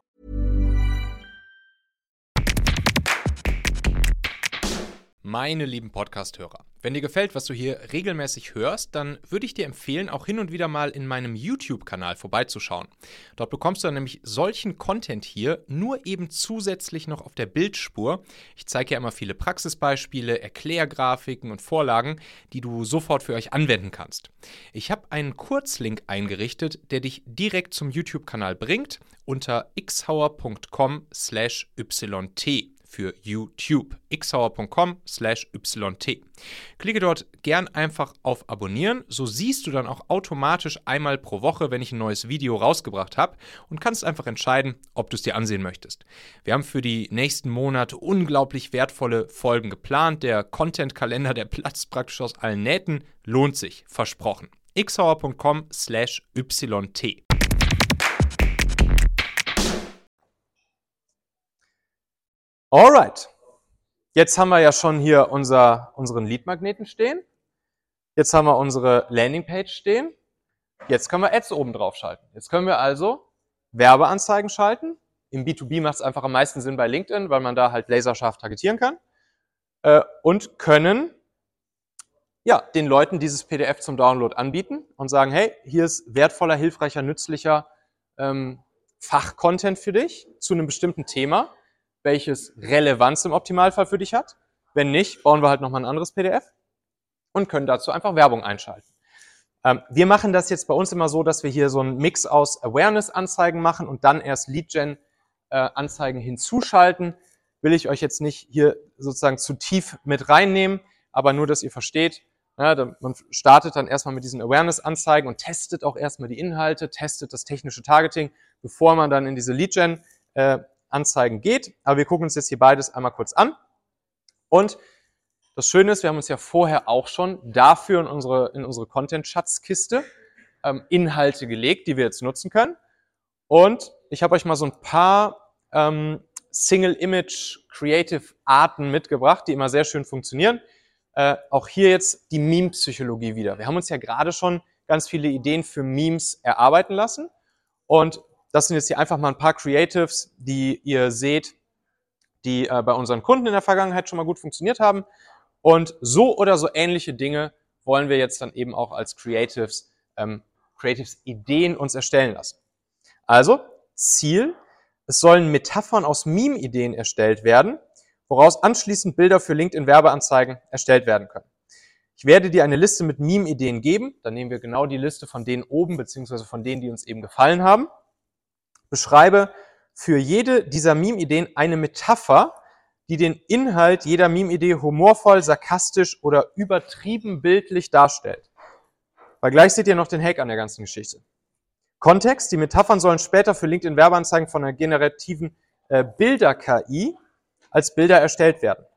Meine lieben Podcast-Hörer, Wenn dir gefällt, was du hier regelmäßig hörst, dann würde ich dir empfehlen, auch hin und wieder mal in meinem YouTube-Kanal vorbeizuschauen. Dort bekommst du dann nämlich solchen Content hier nur eben zusätzlich noch auf der Bildspur. Ich zeige ja immer viele Praxisbeispiele, Erklärgrafiken und Vorlagen, die du sofort für euch anwenden kannst. Ich habe einen Kurzlink eingerichtet, der dich direkt zum YouTube-Kanal bringt unter xhauer punkt com slash yt. Für YouTube. xhauer punkt com slash yt. Klicke dort gern einfach auf Abonnieren, so siehst du dann auch automatisch einmal pro Woche, wenn ich ein neues Video rausgebracht habe und kannst einfach entscheiden, ob du es dir ansehen möchtest. Wir haben für die nächsten Monate unglaublich wertvolle Folgen geplant. Der Content-Kalender, der platzt praktisch aus allen Nähten, lohnt sich, versprochen. xhauer punkt com slash yt.
Alright, jetzt haben wir ja schon hier unser, unseren Lead-Magneten stehen. Jetzt haben wir unsere Landingpage stehen. Jetzt können wir Ads oben drauf schalten. Jetzt können wir also Werbeanzeigen schalten. Im B zwei B macht es einfach am meisten Sinn bei LinkedIn, weil man da halt laserscharf targetieren kann. Äh, und können ja, den Leuten dieses P D F zum Download anbieten und sagen, hey, hier ist wertvoller, hilfreicher, nützlicher ähm, Fachcontent für dich zu einem bestimmten Thema, welches Relevanz im Optimalfall für dich hat. Wenn nicht, bauen wir halt nochmal ein anderes P D F und können dazu einfach Werbung einschalten. Ähm, wir machen das jetzt bei uns immer so, dass wir hier so einen Mix aus Awareness-Anzeigen machen und dann erst Lead-Gen-Anzeigen hinzuschalten. Will ich euch jetzt nicht hier sozusagen zu tief mit reinnehmen, aber nur, dass ihr versteht, ja, man startet dann erstmal mit diesen Awareness-Anzeigen und testet auch erstmal die Inhalte, testet das technische Targeting, bevor man dann in diese Lead-Gen äh, Anzeigen geht, aber wir gucken uns jetzt hier beides einmal kurz an. Und das Schöne ist, wir haben uns ja vorher auch schon dafür in unsere, in unsere Content-Schatzkiste ähm, Inhalte gelegt, die wir jetzt nutzen können. Und ich habe euch mal so ein paar ähm, Single-Image-Creative-Arten mitgebracht, die immer sehr schön funktionieren. Äh, auch hier jetzt die Meme-Psychologie wieder. Wir haben uns ja gerade schon ganz viele Ideen für Memes erarbeiten lassen und das sind jetzt hier einfach mal ein paar Creatives, die ihr seht, die äh, bei unseren Kunden in der Vergangenheit schon mal gut funktioniert haben. Und so oder so ähnliche Dinge wollen wir jetzt dann eben auch als Creatives, ähm, Creatives-Ideen uns erstellen lassen. Also, Ziel, es sollen Metaphern aus Meme-Ideen erstellt werden, woraus anschließend Bilder für LinkedIn-Werbeanzeigen erstellt werden können. Ich werde dir eine Liste mit Meme-Ideen geben. Dann nehmen wir genau die Liste von denen oben, beziehungsweise von denen, die uns eben gefallen haben. Beschreibe für jede dieser Meme-Ideen eine Metapher, die den Inhalt jeder Meme-Idee humorvoll, sarkastisch oder übertrieben bildlich darstellt. Weil gleich seht ihr noch den Hack an der ganzen Geschichte. Kontext, die Metaphern sollen später für LinkedIn-Werbeanzeigen von einer generativen äh, Bilder-K I als Bilder erstellt werden.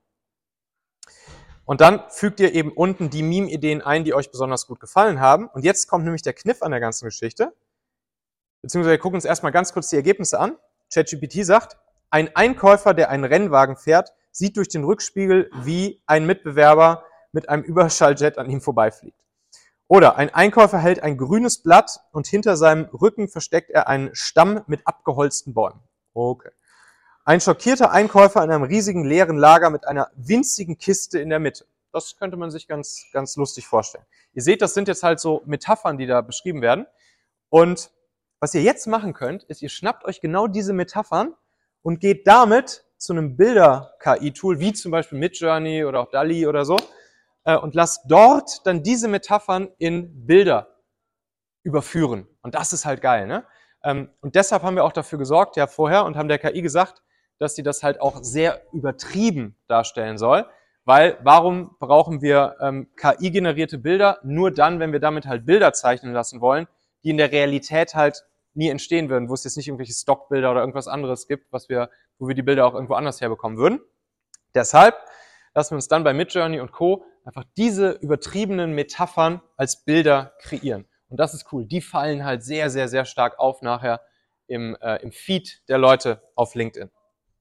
Und dann fügt ihr eben unten die Meme-Ideen ein, die euch besonders gut gefallen haben. Und jetzt kommt nämlich der Kniff an der ganzen Geschichte. Beziehungsweise wir gucken uns erstmal ganz kurz die Ergebnisse an. ChatGPT sagt, ein Einkäufer, der einen Rennwagen fährt, sieht durch den Rückspiegel, wie ein Mitbewerber mit einem Überschalljet an ihm vorbeifliegt. Oder ein Einkäufer hält ein grünes Blatt und hinter seinem Rücken versteckt er einen Stamm mit abgeholzten Bäumen. Okay. Ein schockierter Einkäufer in einem riesigen leeren Lager mit einer winzigen Kiste in der Mitte. Das könnte man sich ganz, ganz lustig vorstellen. Ihr seht, das sind jetzt halt so Metaphern, die da beschrieben werden. Und was ihr jetzt machen könnt, ist, ihr schnappt euch genau diese Metaphern und geht damit zu einem Bilder-K I-Tool, wie zum Beispiel Midjourney oder auch DALL-E oder so, äh, und lasst dort dann diese Metaphern in Bilder überführen. Und das ist halt geil, ne? Ähm, und deshalb haben wir auch dafür gesorgt, ja vorher, und haben der K I gesagt, dass sie das halt auch sehr übertrieben darstellen soll. Weil, warum brauchen wir ähm, K I-generierte Bilder? Nur dann, wenn wir damit halt Bilder zeichnen lassen wollen, die in der Realität halt nie entstehen würden, wo es jetzt nicht irgendwelche Stockbilder oder irgendwas anderes gibt, was wir, wo wir die Bilder auch irgendwo anders herbekommen würden. Deshalb lassen wir uns dann bei Midjourney und Co. einfach diese übertriebenen Metaphern als Bilder kreieren. Und das ist cool. Die fallen halt sehr, sehr, sehr stark auf nachher im, äh, im Feed der Leute auf LinkedIn.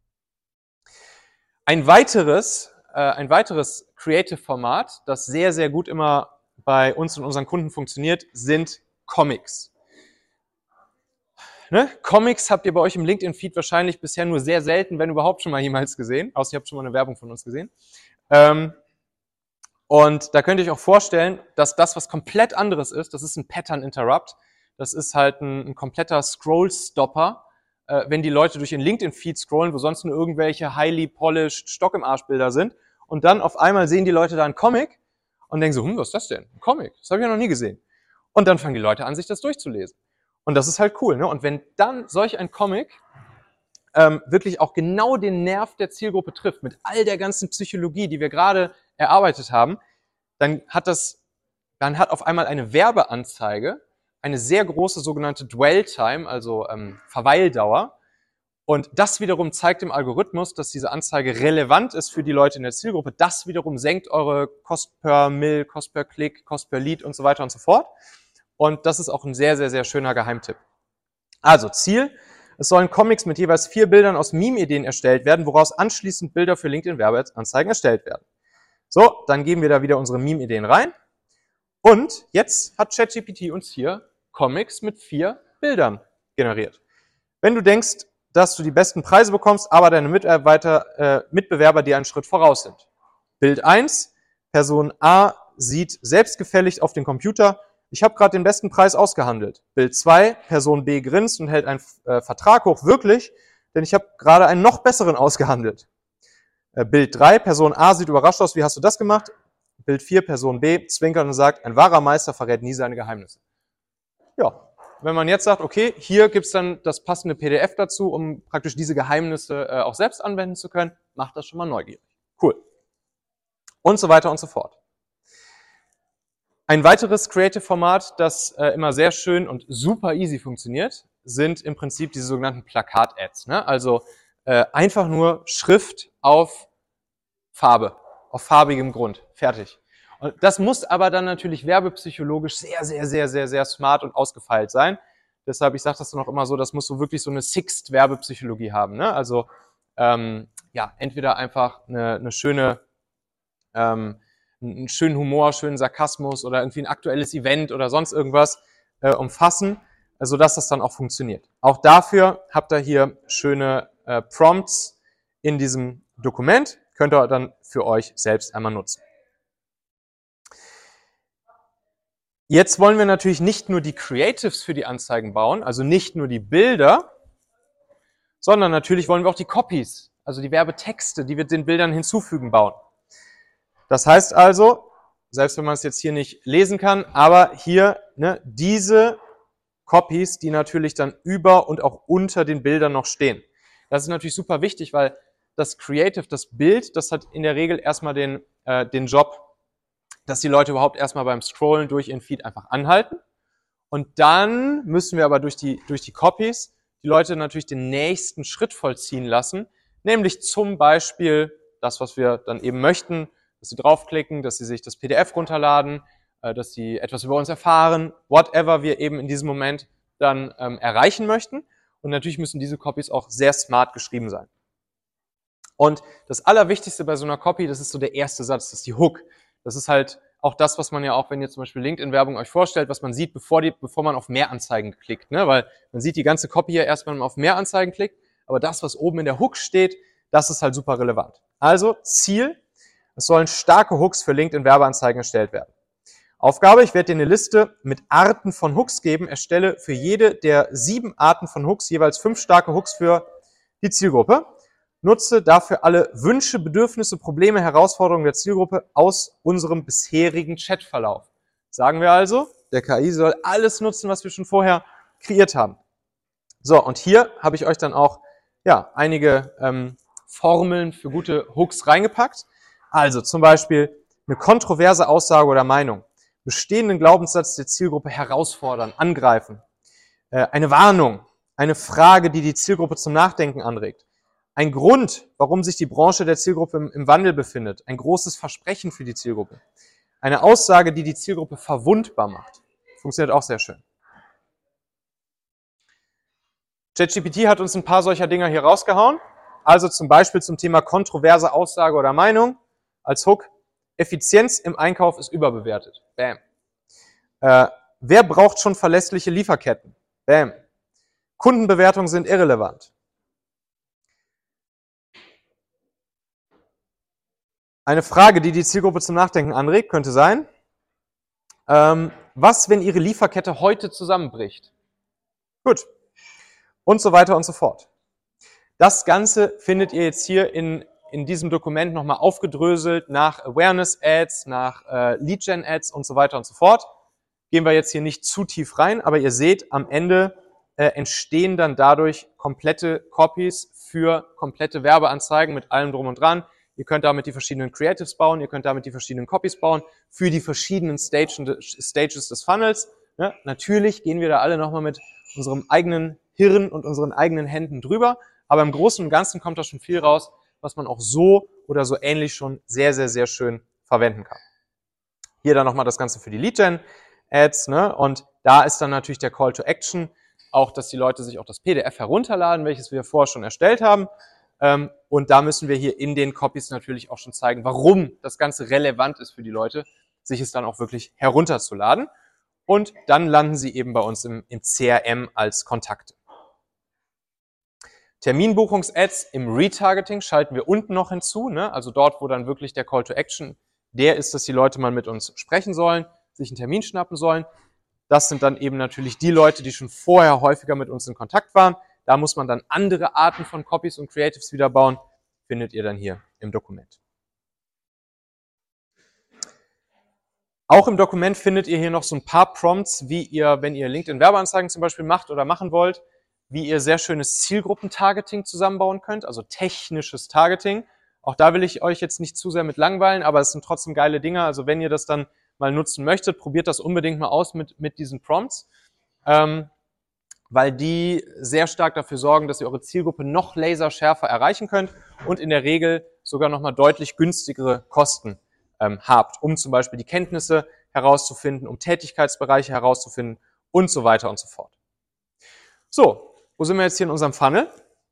Ein weiteres, äh, ein weiteres Creative-Format, das sehr, sehr gut immer bei uns und unseren Kunden funktioniert, sind Comics. Ne? Comics habt ihr bei euch im LinkedIn-Feed wahrscheinlich bisher nur sehr selten, wenn überhaupt schon mal jemals gesehen, außer ihr habt schon mal eine Werbung von uns gesehen. Ähm, Und da könnt ihr euch auch vorstellen, dass das was komplett anderes ist. Das ist ein Pattern Interrupt. Das ist halt ein, ein kompletter Scroll-Stopper, äh, wenn die Leute durch ihren LinkedIn-Feed scrollen, wo sonst nur irgendwelche highly polished Stock-im-Arsch-Bilder sind. Und dann auf einmal sehen die Leute da einen Comic und denken so, hm, was ist das denn? Ein Comic? Das habe ich ja noch nie gesehen. Und dann fangen die Leute an, sich das durchzulesen. Und das ist halt cool, ne? Und wenn dann solch ein Comic ähm, wirklich auch genau den Nerv der Zielgruppe trifft, mit all der ganzen Psychologie, die wir gerade erarbeitet haben, dann hat das, dann hat auf einmal eine Werbeanzeige eine sehr große sogenannte Dwell Time, also ähm, Verweildauer. Und das wiederum zeigt dem Algorithmus, dass diese Anzeige relevant ist für die Leute in der Zielgruppe. Das wiederum senkt eure Cost per Mill, Cost per Klick, Cost per Lead und so weiter und so fort. Und das ist auch ein sehr, sehr, sehr schöner Geheimtipp. Also Ziel, es sollen Comics mit jeweils vier Bildern aus Meme-Ideen erstellt werden, woraus anschließend Bilder für LinkedIn-Werbeanzeigen erstellt werden. So, dann geben wir da wieder unsere Meme-Ideen rein. Und jetzt hat ChatGPT uns hier Comics mit vier Bildern generiert. Wenn du denkst, dass du die besten Preise bekommst, aber deine Mitarbeiter, äh, Mitbewerber dir einen Schritt voraus sind. Bild eins, Person A sieht selbstgefällig auf den Computer, ich habe gerade den besten Preis ausgehandelt. Bild zwei, Person B grinst und hält einen äh, Vertrag hoch, wirklich, denn ich habe gerade einen noch besseren ausgehandelt. Äh, Bild drei, Person A sieht überrascht aus, wie hast du das gemacht? Bild vier, Person B zwinkert und sagt, ein wahrer Meister verrät nie seine Geheimnisse. Ja. Wenn man jetzt sagt, okay, hier gibt's dann das passende P D F dazu, um praktisch diese Geheimnisse äh, auch selbst anwenden zu können, macht das schon mal neugierig. Cool. Und so weiter und so fort. Ein weiteres Creative-Format, das äh, immer sehr schön und super easy funktioniert, sind im Prinzip diese sogenannten Plakat-Ads. Ne? Also äh, einfach nur Schrift auf Farbe, auf farbigem Grund. Fertig. Und das muss aber dann natürlich werbepsychologisch sehr, sehr, sehr, sehr, sehr smart und ausgefeilt sein. Deshalb, ich sage das dann auch immer so, das muss so wirklich so eine Sixt-Werbepsychologie haben. Ne? Also ähm, ja, entweder einfach eine, eine schöne, ähm, einen schönen Humor, schönen Sarkasmus oder irgendwie ein aktuelles Event oder sonst irgendwas äh, umfassen, sodass das dann auch funktioniert. Auch dafür habt ihr hier schöne äh, Prompts in diesem Dokument, könnt ihr dann für euch selbst einmal nutzen. Jetzt wollen wir natürlich nicht nur die Creatives für die Anzeigen bauen, also nicht nur die Bilder, sondern natürlich wollen wir auch die Copies, also die Werbetexte, die wir den Bildern hinzufügen, bauen. Das heißt also, selbst wenn man es jetzt hier nicht lesen kann, aber hier ne, diese Copies, die natürlich dann über und auch unter den Bildern noch stehen. Das ist natürlich super wichtig, weil das Creative, das Bild, das hat in der Regel erstmal den, äh, den Job, dass die Leute überhaupt erstmal beim Scrollen durch ihren Feed einfach anhalten. Und dann müssen wir aber durch die, durch die Copies die Leute natürlich den nächsten Schritt vollziehen lassen, nämlich zum Beispiel das, was wir dann eben möchten, dass sie draufklicken, dass sie sich das P D F runterladen, äh, dass sie etwas über uns erfahren, whatever wir eben in diesem Moment dann ähm, erreichen möchten. Und natürlich müssen diese Copies auch sehr smart geschrieben sein. Und das Allerwichtigste bei so einer Copy, das ist so der erste Satz, das ist die Hook. Das ist halt auch das, was man ja auch, wenn ihr zum Beispiel LinkedIn-Werbung euch vorstellt, was man sieht, bevor, die, bevor man auf mehr Anzeigen klickt. Ne? Weil man sieht die ganze Copy hier erst, wenn man auf mehr Anzeigen klickt. Aber das, was oben in der Hook steht, das ist halt super relevant. Also Ziel, es sollen starke Hooks für LinkedIn-Werbeanzeigen erstellt werden. Aufgabe, ich werde dir eine Liste mit Arten von Hooks geben. Erstelle für jede der sieben Arten von Hooks jeweils fünf starke Hooks für die Zielgruppe. Nutze dafür alle Wünsche, Bedürfnisse, Probleme, Herausforderungen der Zielgruppe aus unserem bisherigen Chatverlauf. Sagen wir also, der K I soll alles nutzen, was wir schon vorher kreiert haben. So, und hier habe ich euch dann auch ja, einige ähm, Formeln für gute Hooks reingepackt. Also zum Beispiel eine kontroverse Aussage oder Meinung, bestehenden Glaubenssatz der Zielgruppe herausfordern, angreifen, äh, eine Warnung, eine Frage, die die Zielgruppe zum Nachdenken anregt, ein Grund, warum sich die Branche der Zielgruppe im, im Wandel befindet. Ein großes Versprechen für die Zielgruppe. Eine Aussage, die die Zielgruppe verwundbar macht. Funktioniert auch sehr schön. ChatGPT hat uns ein paar solcher Dinger hier rausgehauen. Also zum Beispiel zum Thema kontroverse Aussage oder Meinung. Als Hook, Effizienz im Einkauf ist überbewertet. Bam. Äh, wer braucht schon verlässliche Lieferketten? Bam. Kundenbewertungen sind irrelevant. Eine Frage, die die Zielgruppe zum Nachdenken anregt, könnte sein, ähm, was, wenn Ihre Lieferkette heute zusammenbricht? Gut. Und so weiter und so fort. Das Ganze findet ihr jetzt hier in, in diesem Dokument nochmal aufgedröselt nach Awareness-Ads, nach äh, Lead-Gen-Ads und so weiter und so fort. Gehen wir jetzt hier nicht zu tief rein, aber ihr seht, am Ende äh, entstehen dann dadurch komplette Copies für komplette Werbeanzeigen mit allem drum und dran. Ihr könnt damit die verschiedenen Creatives bauen, ihr könnt damit die verschiedenen Copies bauen für die verschiedenen Stagen, Stages des Funnels. Ja, natürlich gehen wir da alle nochmal mit unserem eigenen Hirn und unseren eigenen Händen drüber, aber im Großen und Ganzen kommt da schon viel raus, was man auch so oder so ähnlich schon sehr, sehr, sehr schön verwenden kann. Hier dann nochmal das Ganze für die Lead-Gen-Ads, ne? Und da ist dann natürlich der Call to Action, auch, dass die Leute sich auch das P D F herunterladen, welches wir vorher schon erstellt haben. Und da müssen wir hier in den Copies natürlich auch schon zeigen, warum das Ganze relevant ist für die Leute, sich es dann auch wirklich herunterzuladen. Und dann landen sie eben bei uns im, im C R M als Kontakte. Terminbuchungs-Ads im Retargeting schalten wir unten noch hinzu, ne? Also dort, wo dann wirklich der Call to Action der ist, dass die Leute mal mit uns sprechen sollen, sich einen Termin schnappen sollen. Das sind dann eben natürlich die Leute, die schon vorher häufiger mit uns in Kontakt waren. Da muss man dann andere Arten von Copies und Creatives wieder bauen. Findet ihr dann hier im Dokument. Auch im Dokument findet ihr hier noch so ein paar Prompts, wie ihr, wenn ihr LinkedIn-Werbeanzeigen zum Beispiel macht oder machen wollt, wie ihr sehr schönes Zielgruppentargeting zusammenbauen könnt, also technisches Targeting. Auch da will ich euch jetzt nicht zu sehr mit langweilen, aber es sind trotzdem geile Dinge. Also wenn ihr das dann mal nutzen möchtet, probiert das unbedingt mal aus mit, mit diesen Prompts. Ähm, weil die sehr stark dafür sorgen, dass ihr eure Zielgruppe noch laserschärfer erreichen könnt und in der Regel sogar nochmal deutlich günstigere Kosten ähm, habt, um zum Beispiel die Kenntnisse herauszufinden, um Tätigkeitsbereiche herauszufinden und so weiter und so fort. So, wo sind wir jetzt hier in unserem Funnel?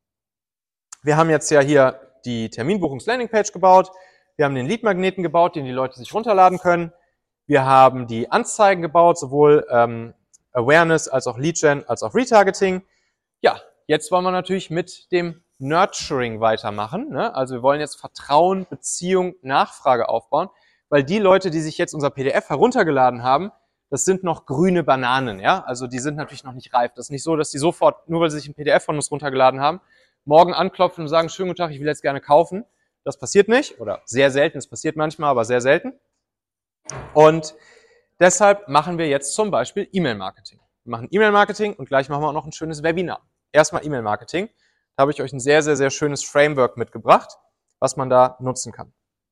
Wir haben jetzt ja hier die Terminbuchungs-Landingpage gebaut, wir haben den Lead-Magneten gebaut, den die Leute sich runterladen können, wir haben die Anzeigen gebaut, sowohl ähm, Awareness als auch Lead-Gen als auch Retargeting. Ja, jetzt wollen wir natürlich mit dem Nurturing weitermachen, ne? Also wir wollen jetzt Vertrauen, Beziehung, Nachfrage aufbauen, weil die Leute, die sich jetzt unser P D F heruntergeladen haben, das sind noch grüne Bananen, ja? Also die sind natürlich noch nicht reif. Das ist nicht so, dass die sofort, nur weil sie sich ein P D F von uns runtergeladen haben, morgen anklopfen und sagen, schönen guten Tag, ich will jetzt gerne kaufen. Das passiert nicht oder sehr selten, es passiert manchmal, aber sehr selten. Und deshalb machen wir jetzt zum Beispiel E-Mail-Marketing. Wir machen E-Mail-Marketing und gleich machen wir auch noch ein schönes Webinar. Erstmal E-Mail-Marketing. Da habe ich euch ein sehr, sehr, sehr schönes Framework mitgebracht, was man da nutzen kann.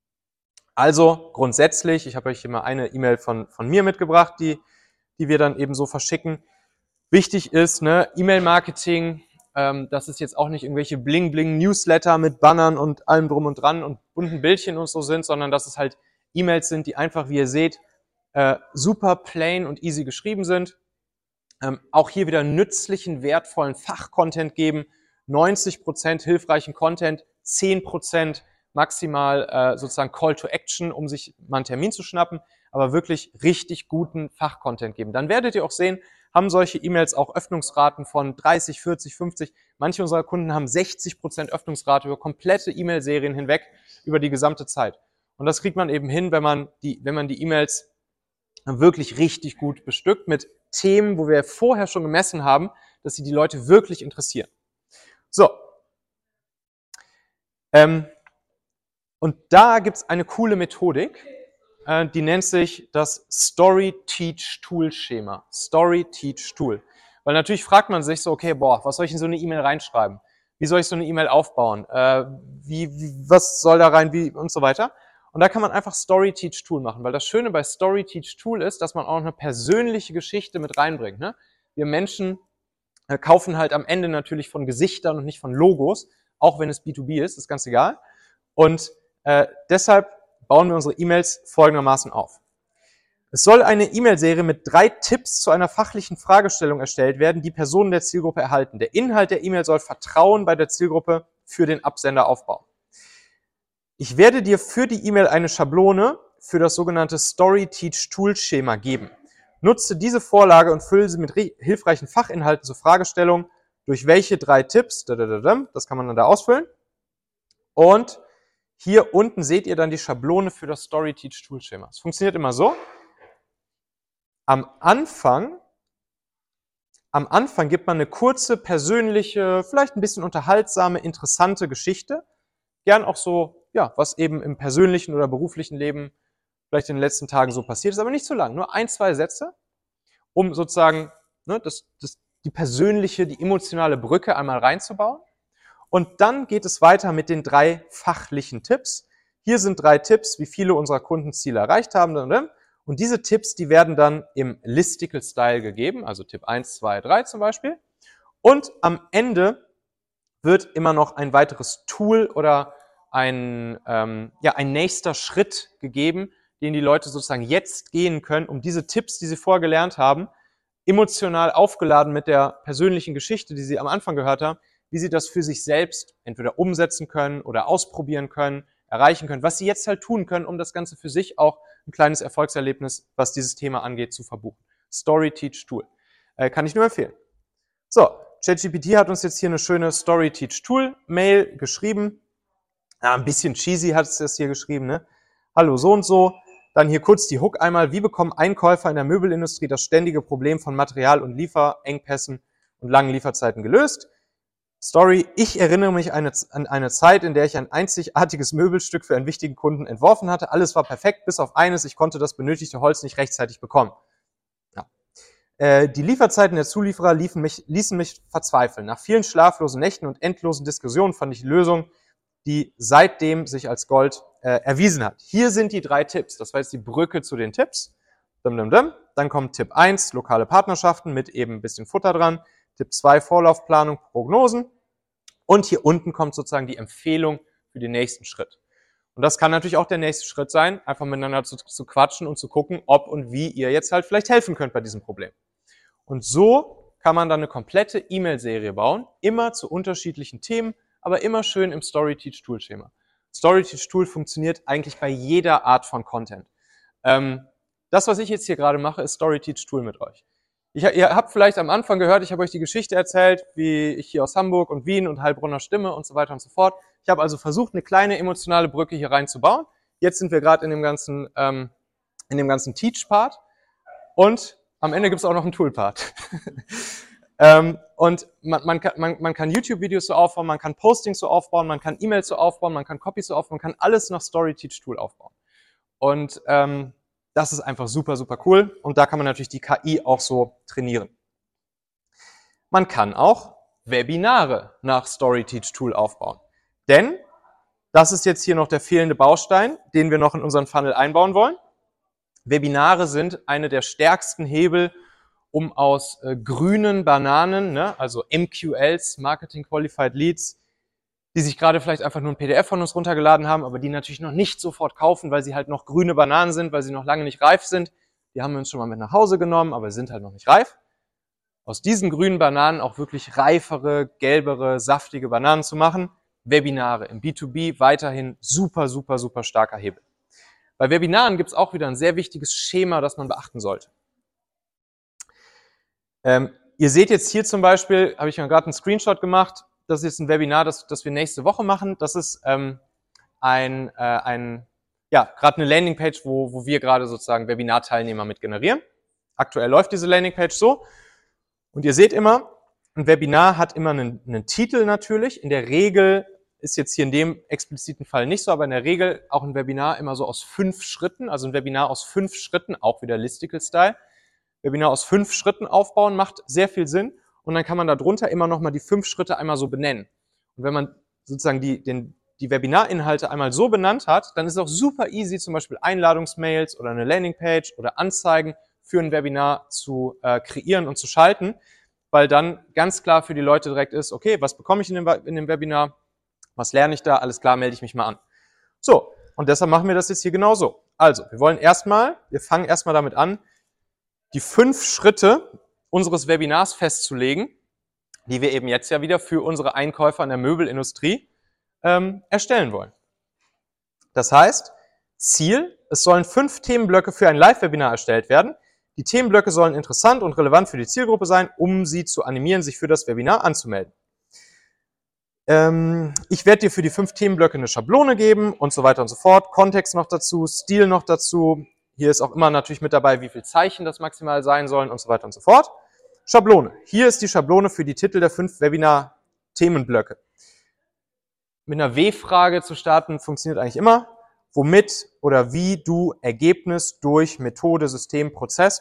Also grundsätzlich, ich habe euch hier mal eine E-Mail von, von mir mitgebracht, die, die wir dann eben so verschicken. Wichtig ist, ne, E-Mail-Marketing, ähm, dass es jetzt auch nicht irgendwelche Bling-Bling-Newsletter mit Bannern und allem drum und dran und bunten Bildchen und so sind, sondern dass es halt E-Mails sind, die einfach, wie ihr seht, äh, super plain und easy geschrieben sind. Ähm, auch hier wieder nützlichen, wertvollen Fachcontent geben. neunzig Prozent hilfreichen Content, zehn Prozent maximal äh, sozusagen Call to Action, um sich mal einen Termin zu schnappen, aber wirklich richtig guten Fachcontent geben. Dann werdet ihr auch sehen, haben solche E-Mails auch Öffnungsraten von dreißig, vierzig, fünfzig. Manche unserer Kunden haben sechzig Prozent Öffnungsrate über komplette E-Mail-Serien hinweg, über die gesamte Zeit. Und das kriegt man eben hin, wenn man die, wenn man die E-Mails wirklich richtig gut bestückt mit Themen, wo wir vorher schon gemessen haben, dass sie die Leute wirklich interessieren. So. Ähm, und da gibt's eine coole Methodik, äh, die nennt sich das Story-Teach-Tool-Schema. Story-Teach-Tool. Weil natürlich fragt man sich so, okay, boah, was soll ich in so eine E-Mail reinschreiben? Wie soll ich so eine E-Mail aufbauen? Äh, wie, wie, was soll da rein, wie und so weiter. Und da kann man einfach Story-Teach-Tool machen, weil das Schöne bei Story-Teach-Tool ist, dass man auch eine persönliche Geschichte mit reinbringt. Ne? Wir Menschen äh, kaufen halt am Ende natürlich von Gesichtern und nicht von Logos, auch wenn es B zwei B ist, ist ganz egal. Und äh, deshalb bauen wir unsere E-Mails folgendermaßen auf. Es soll eine E-Mail-Serie mit drei Tipps zu einer fachlichen Fragestellung erstellt werden, die Personen der Zielgruppe erhalten. Der Inhalt der E-Mail soll Vertrauen bei der Zielgruppe für den Absender aufbauen. Ich werde dir für die E-Mail eine Schablone für das sogenannte Story-Teach-Tool-Schema geben. Nutze diese Vorlage und fülle sie mit hilfreichen Fachinhalten zur Fragestellung, durch welche drei Tipps, das kann man dann da ausfüllen. Und Hier unten seht ihr dann die Schablone für das StoryTeach-Toolschema. Es funktioniert immer so. Am Anfang, am Anfang gibt man eine kurze, persönliche, vielleicht ein bisschen unterhaltsame, interessante Geschichte. Gern auch so, ja, was eben im persönlichen oder beruflichen Leben vielleicht in den letzten Tagen so passiert ist, aber nicht zu lang. Nur ein, zwei Sätze, um sozusagen ne, das, das, die persönliche, die emotionale Brücke einmal reinzubauen. Und dann geht es weiter mit den drei fachlichen Tipps. Hier sind drei Tipps, wie viele unserer Kunden Ziele erreicht haben. Und diese Tipps, die werden dann im Listicle-Style gegeben, also Tipp eins, zwei, drei zum Beispiel. Und am Ende wird immer noch ein weiteres Tool oder ein, ähm, ja, ein nächster Schritt gegeben, den die Leute sozusagen jetzt gehen können, um diese Tipps, die sie vorher gelernt haben, emotional aufgeladen mit der persönlichen Geschichte, die sie am Anfang gehört haben, wie sie das für sich selbst entweder umsetzen können oder ausprobieren können, erreichen können, was sie jetzt halt tun können, um das Ganze für sich auch ein kleines Erfolgserlebnis, was dieses Thema angeht, zu verbuchen. StoryTeach Tool. Äh, kann ich nur empfehlen. So, ChatGPT hat uns jetzt hier eine schöne StoryTeach Tool Mail geschrieben. Ja, ein bisschen cheesy hat es das hier geschrieben, ne? Hallo so und so. Dann hier kurz die Hook einmal. Wie bekommen Einkäufer in der Möbelindustrie das ständige Problem von Material- und Lieferengpässen und langen Lieferzeiten gelöst? Story, ich erinnere mich eine, an eine Zeit, in der ich ein einzigartiges Möbelstück für einen wichtigen Kunden entworfen hatte. Alles war perfekt, bis auf eines, ich konnte das benötigte Holz nicht rechtzeitig bekommen. Ja. Äh, die Lieferzeiten der Zulieferer liefen mich, ließen mich verzweifeln. Nach vielen schlaflosen Nächten und endlosen Diskussionen fand ich die Lösung, die seitdem sich als Gold äh, erwiesen hat. Hier sind die drei Tipps. Das war jetzt die Brücke zu den Tipps. Dann kommt Tipp eins, lokale Partnerschaften mit eben ein bisschen Futter dran. Tipp zwei, Vorlaufplanung, Prognosen. Und hier unten kommt sozusagen die Empfehlung für den nächsten Schritt. Und das kann natürlich auch der nächste Schritt sein, einfach miteinander zu, zu quatschen und zu gucken, ob und wie ihr jetzt halt vielleicht helfen könnt bei diesem Problem. Und so kann man dann eine komplette E-Mail-Serie bauen, immer zu unterschiedlichen Themen, aber immer schön im StoryTeach-Tool-Schema. StoryTeach-Tool funktioniert eigentlich bei jeder Art von Content. Ähm, das, was ich jetzt hier gerade mache, ist StoryTeach-Tool mit euch. Ich, ihr habt vielleicht am Anfang gehört, ich habe euch die Geschichte erzählt, wie ich hier aus Hamburg und Wien und Heilbronner Stimme und so weiter und so fort. Ich habe also versucht, eine kleine emotionale Brücke hier reinzubauen. Jetzt sind wir gerade in dem ganzen, ähm, in dem ganzen Teach-Part und am Ende gibt es auch noch einen Tool-Part. ähm, und man, man, kann, man, man kann YouTube-Videos so aufbauen, man kann Postings so aufbauen, man kann E-Mails so aufbauen, man kann Copies so aufbauen, man kann alles nach StoryTeach-Tool aufbauen. Und ähm, das ist einfach super, super cool. Und da kann man natürlich die K I auch so trainieren. Man kann auch Webinare nach StoryTeach Tool aufbauen. Denn das ist jetzt hier noch der fehlende Baustein, den wir noch in unseren Funnel einbauen wollen. Webinare sind eine der stärksten Hebel, um aus äh, grünen Bananen, ne, also M Q Ls, Marketing Qualified Leads, die sich gerade vielleicht einfach nur ein P D F von uns runtergeladen haben, aber die natürlich noch nicht sofort kaufen, weil sie halt noch grüne Bananen sind, weil sie noch lange nicht reif sind. Die haben wir uns schon mal mit nach Hause genommen, aber sind halt noch nicht reif. Aus diesen grünen Bananen auch wirklich reifere, gelbere, saftige Bananen zu machen. Webinare im B zwei B weiterhin super, super, super starker Hebel. Bei Webinaren gibt es auch wieder ein sehr wichtiges Schema, das man beachten sollte. Ähm, ihr seht jetzt hier zum Beispiel, habe ich mir gerade einen Screenshot gemacht, das ist jetzt ein Webinar, das, das wir nächste Woche machen. Das ist ähm, ein, äh, ein, ja, gerade eine Landingpage, wo, wo wir gerade sozusagen Webinar-Teilnehmer mit generieren. Aktuell läuft diese Landingpage so. Und ihr seht immer, ein Webinar hat immer einen, einen Titel natürlich. In der Regel ist jetzt hier in dem expliziten Fall nicht so, aber in der Regel auch ein Webinar immer so aus fünf Schritten, also ein Webinar aus fünf Schritten, auch wieder Listicle-Style. Webinar aus fünf Schritten aufbauen macht sehr viel Sinn. Und dann kann man darunter immer nochmal die fünf Schritte einmal so benennen. Und wenn man sozusagen die, den, die Webinarinhalte einmal so benannt hat, dann ist es auch super easy, zum Beispiel Einladungsmails oder eine Landingpage oder Anzeigen für ein Webinar zu äh, kreieren und zu schalten, weil dann ganz klar für die Leute direkt ist, okay, was bekomme ich in dem, in dem Webinar, was lerne ich da, alles klar, melde ich mich mal an. So, und deshalb machen wir das jetzt hier genauso. Also, wir wollen erstmal, wir fangen erstmal damit an, die fünf Schritte unseres Webinars festzulegen, die wir eben jetzt ja wieder für unsere Einkäufer in der Möbelindustrie ähm, erstellen wollen. Das heißt, Ziel, es sollen fünf Themenblöcke für ein Live-Webinar erstellt werden. Die Themenblöcke sollen interessant und relevant für die Zielgruppe sein, um sie zu animieren, sich für das Webinar anzumelden. Ähm, ich werde dir für die fünf Themenblöcke eine Schablone geben und so weiter und so fort. Kontext noch dazu, Stil noch dazu. Hier ist auch immer natürlich mit dabei, wie viele Zeichen das maximal sein sollen und so weiter und so fort. Schablone. Hier ist die Schablone für die Titel der fünf Webinar-Themenblöcke. Mit einer W-Frage zu starten funktioniert eigentlich immer. Womit oder wie du Ergebnis durch Methode, System, Prozess,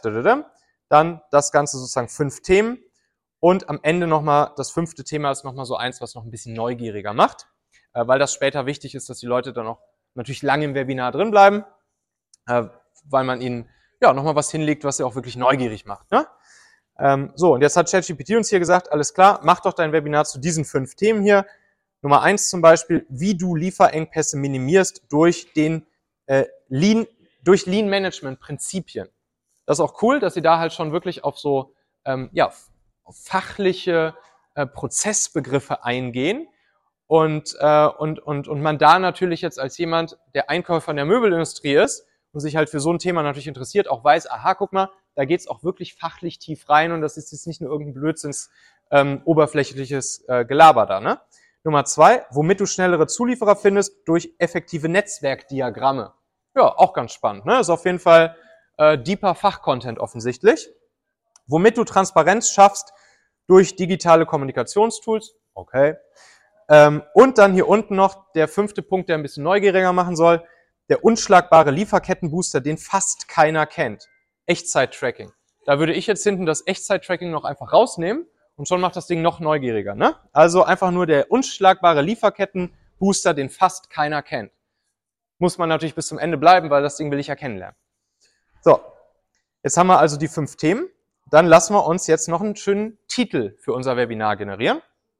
dann das Ganze sozusagen fünf Themen. Und am Ende nochmal, das fünfte Thema ist nochmal so eins, was noch ein bisschen neugieriger macht, äh, weil das später wichtig ist, dass die Leute dann auch natürlich lange im Webinar drin bleiben, äh, weil man ihnen ja nochmal was hinlegt, was sie auch wirklich neugierig macht. Ne? Ähm, so, und jetzt hat ChatGPT uns hier gesagt, alles klar, mach doch dein Webinar zu diesen fünf Themen hier. Nummer eins zum Beispiel, wie du Lieferengpässe minimierst durch den äh, Lean, durch Lean-Management-Prinzipien. Das ist auch cool, dass sie da halt schon wirklich auf so, ähm, ja, auf fachliche äh, Prozessbegriffe eingehen und, äh, und, und, und man da natürlich jetzt als jemand, der Einkäufer in der Möbelindustrie ist und sich halt für so ein Thema natürlich interessiert, auch weiß, aha, guck mal, da geht's auch wirklich fachlich tief rein und das ist jetzt nicht nur irgendein Blödsinns ähm, oberflächliches äh, Gelaber da, ne? Nummer zwei, womit du schnellere Zulieferer findest, durch effektive Netzwerkdiagramme. Ja, auch ganz spannend, ne? Ist auf jeden Fall äh, deeper Fachcontent offensichtlich. Womit du Transparenz schaffst durch digitale Kommunikationstools. Okay. Ähm, und dann hier unten noch der fünfte Punkt, der ein bisschen neugieriger machen soll. Der unschlagbare Lieferkettenbooster, den fast keiner kennt. Echtzeit-Tracking. Da würde ich jetzt hinten das Echtzeit-Tracking noch einfach rausnehmen und schon macht das Ding noch neugieriger. Ne? Also einfach nur der unschlagbare Lieferkettenbooster, den fast keiner kennt. Muss man natürlich bis zum Ende bleiben, weil das Ding will ich ja kennenlernen. So, jetzt haben wir also die fünf Themen. Dann lassen wir uns jetzt noch einen schönen Titel für unser Webinar generieren,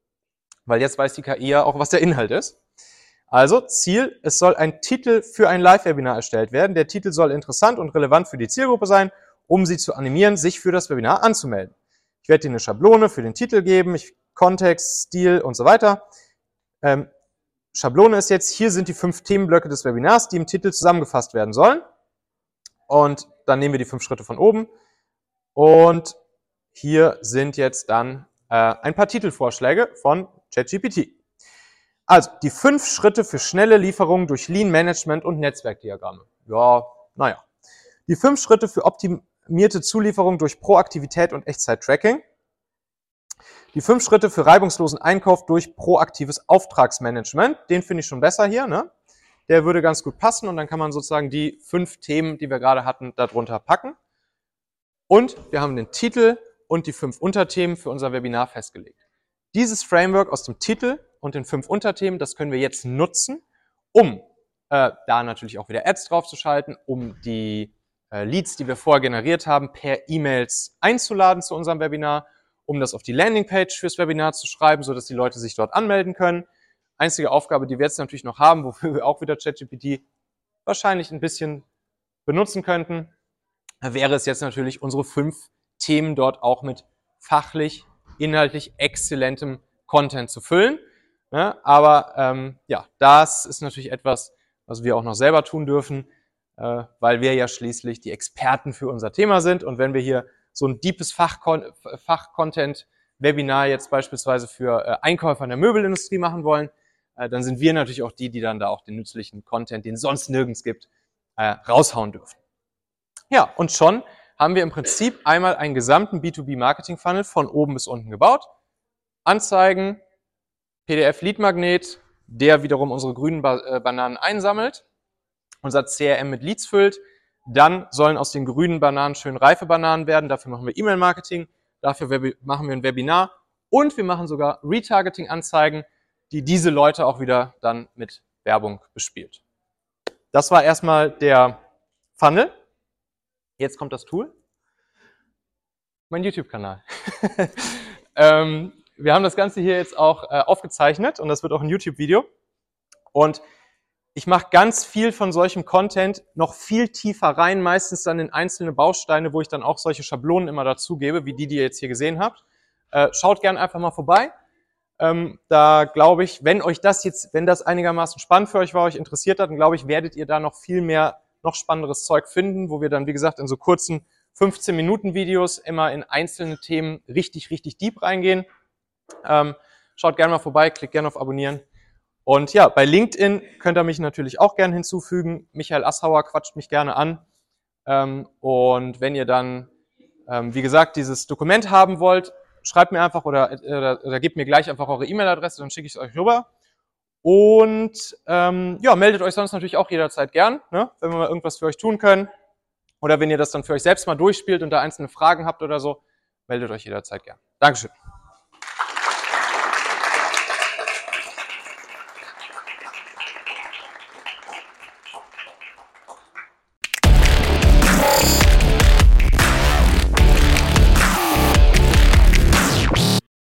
weil jetzt weiß die K I ja auch, was der Inhalt ist. Also Ziel, es soll ein Titel für ein Live-Webinar erstellt werden. Der Titel soll interessant und relevant für die Zielgruppe sein, um sie zu animieren, sich für das Webinar anzumelden. Ich werde dir eine Schablone für den Titel geben, ich, Kontext, Stil und so weiter. Ähm, Schablone ist jetzt, hier sind die fünf Themenblöcke des Webinars, die im Titel zusammengefasst werden sollen. Und dann nehmen wir die fünf Schritte von oben. Und hier sind jetzt dann äh, ein paar Titelvorschläge von ChatGPT. Also, die fünf Schritte für schnelle Lieferung durch Lean Management und Netzwerkdiagramme. Ja, naja. Die fünf Schritte für optimierte Zulieferung durch Proaktivität und Echtzeit-Tracking. Die fünf Schritte für reibungslosen Einkauf durch proaktives Auftragsmanagement. Den finde ich schon besser hier, ne? Der würde ganz gut passen und dann kann man sozusagen die fünf Themen, die wir gerade hatten, darunter packen. Und wir haben den Titel und die fünf Unterthemen für unser Webinar festgelegt. Dieses Framework aus dem Titel und den fünf Unterthemen, das können wir jetzt nutzen, um äh, da natürlich auch wieder Ads draufzuschalten, um die äh, Leads, die wir vorher generiert haben, per E-Mails einzuladen zu unserem Webinar, um das auf die Landingpage fürs Webinar zu schreiben, sodass die Leute sich dort anmelden können. Einzige Aufgabe, die wir jetzt natürlich noch haben, wofür wir auch wieder ChatGPT wahrscheinlich ein bisschen benutzen könnten, wäre es jetzt natürlich, unsere fünf Themen dort auch mit fachlich, inhaltlich exzellentem Content zu füllen. Ja, aber ähm, ja, das ist natürlich etwas, was wir auch noch selber tun dürfen, äh, weil wir ja schließlich die Experten für unser Thema sind. Und wenn wir hier so ein deepes Fachcontent-Webinar jetzt beispielsweise für äh, Einkäufer in der Möbelindustrie machen wollen, äh, dann sind wir natürlich auch die, die dann da auch den nützlichen Content, den es sonst nirgends gibt, äh, raushauen dürfen. Ja, und schon haben wir im Prinzip einmal einen gesamten B zwei B-Marketing-Funnel von oben bis unten gebaut. Anzeigen, P D F-Lead-Magnet, der wiederum unsere grünen ba äh, Bananen einsammelt, unser C R M mit Leads füllt. Dann sollen aus den grünen Bananen schön reife Bananen werden. Dafür machen wir E-Mail-Marketing, dafür machen wir ein Webinar und wir machen sogar Retargeting-Anzeigen, die diese Leute auch wieder dann mit Werbung bespielt. Das war erstmal der Funnel. Jetzt kommt das Tool. Mein YouTube-Kanal. ähm, wir haben das Ganze hier jetzt auch äh, aufgezeichnet und das wird auch ein YouTube-Video. Und ich mache ganz viel von solchem Content noch viel tiefer rein, meistens dann in einzelne Bausteine, wo ich dann auch solche Schablonen immer dazugebe, wie die, die ihr jetzt hier gesehen habt. Äh, schaut gerne einfach mal vorbei. Ähm, da glaube ich, wenn euch das jetzt, wenn das einigermaßen spannend für euch war, euch interessiert hat, dann glaube ich, werdet ihr da noch viel mehr noch spannenderes Zeug finden, wo wir dann, wie gesagt, in so kurzen fünfzehn Minuten Videos immer in einzelne Themen richtig, richtig deep reingehen. Ähm, Schaut gerne mal vorbei, klickt gerne auf Abonnieren. Und ja, bei LinkedIn könnt ihr mich natürlich auch gerne hinzufügen. Michael Assauer, quatscht mich gerne an. Ähm, und wenn ihr dann, ähm, wie gesagt, dieses Dokument haben wollt, schreibt mir einfach oder, oder, oder gebt mir gleich einfach eure E-Mail-Adresse, dann schicke ich es euch rüber. Und ähm, ja, meldet euch sonst natürlich auch jederzeit gern, ne, wenn wir mal irgendwas für euch tun können. Oder wenn ihr das dann für euch selbst mal durchspielt und da einzelne Fragen habt oder so, meldet euch jederzeit gern. Dankeschön.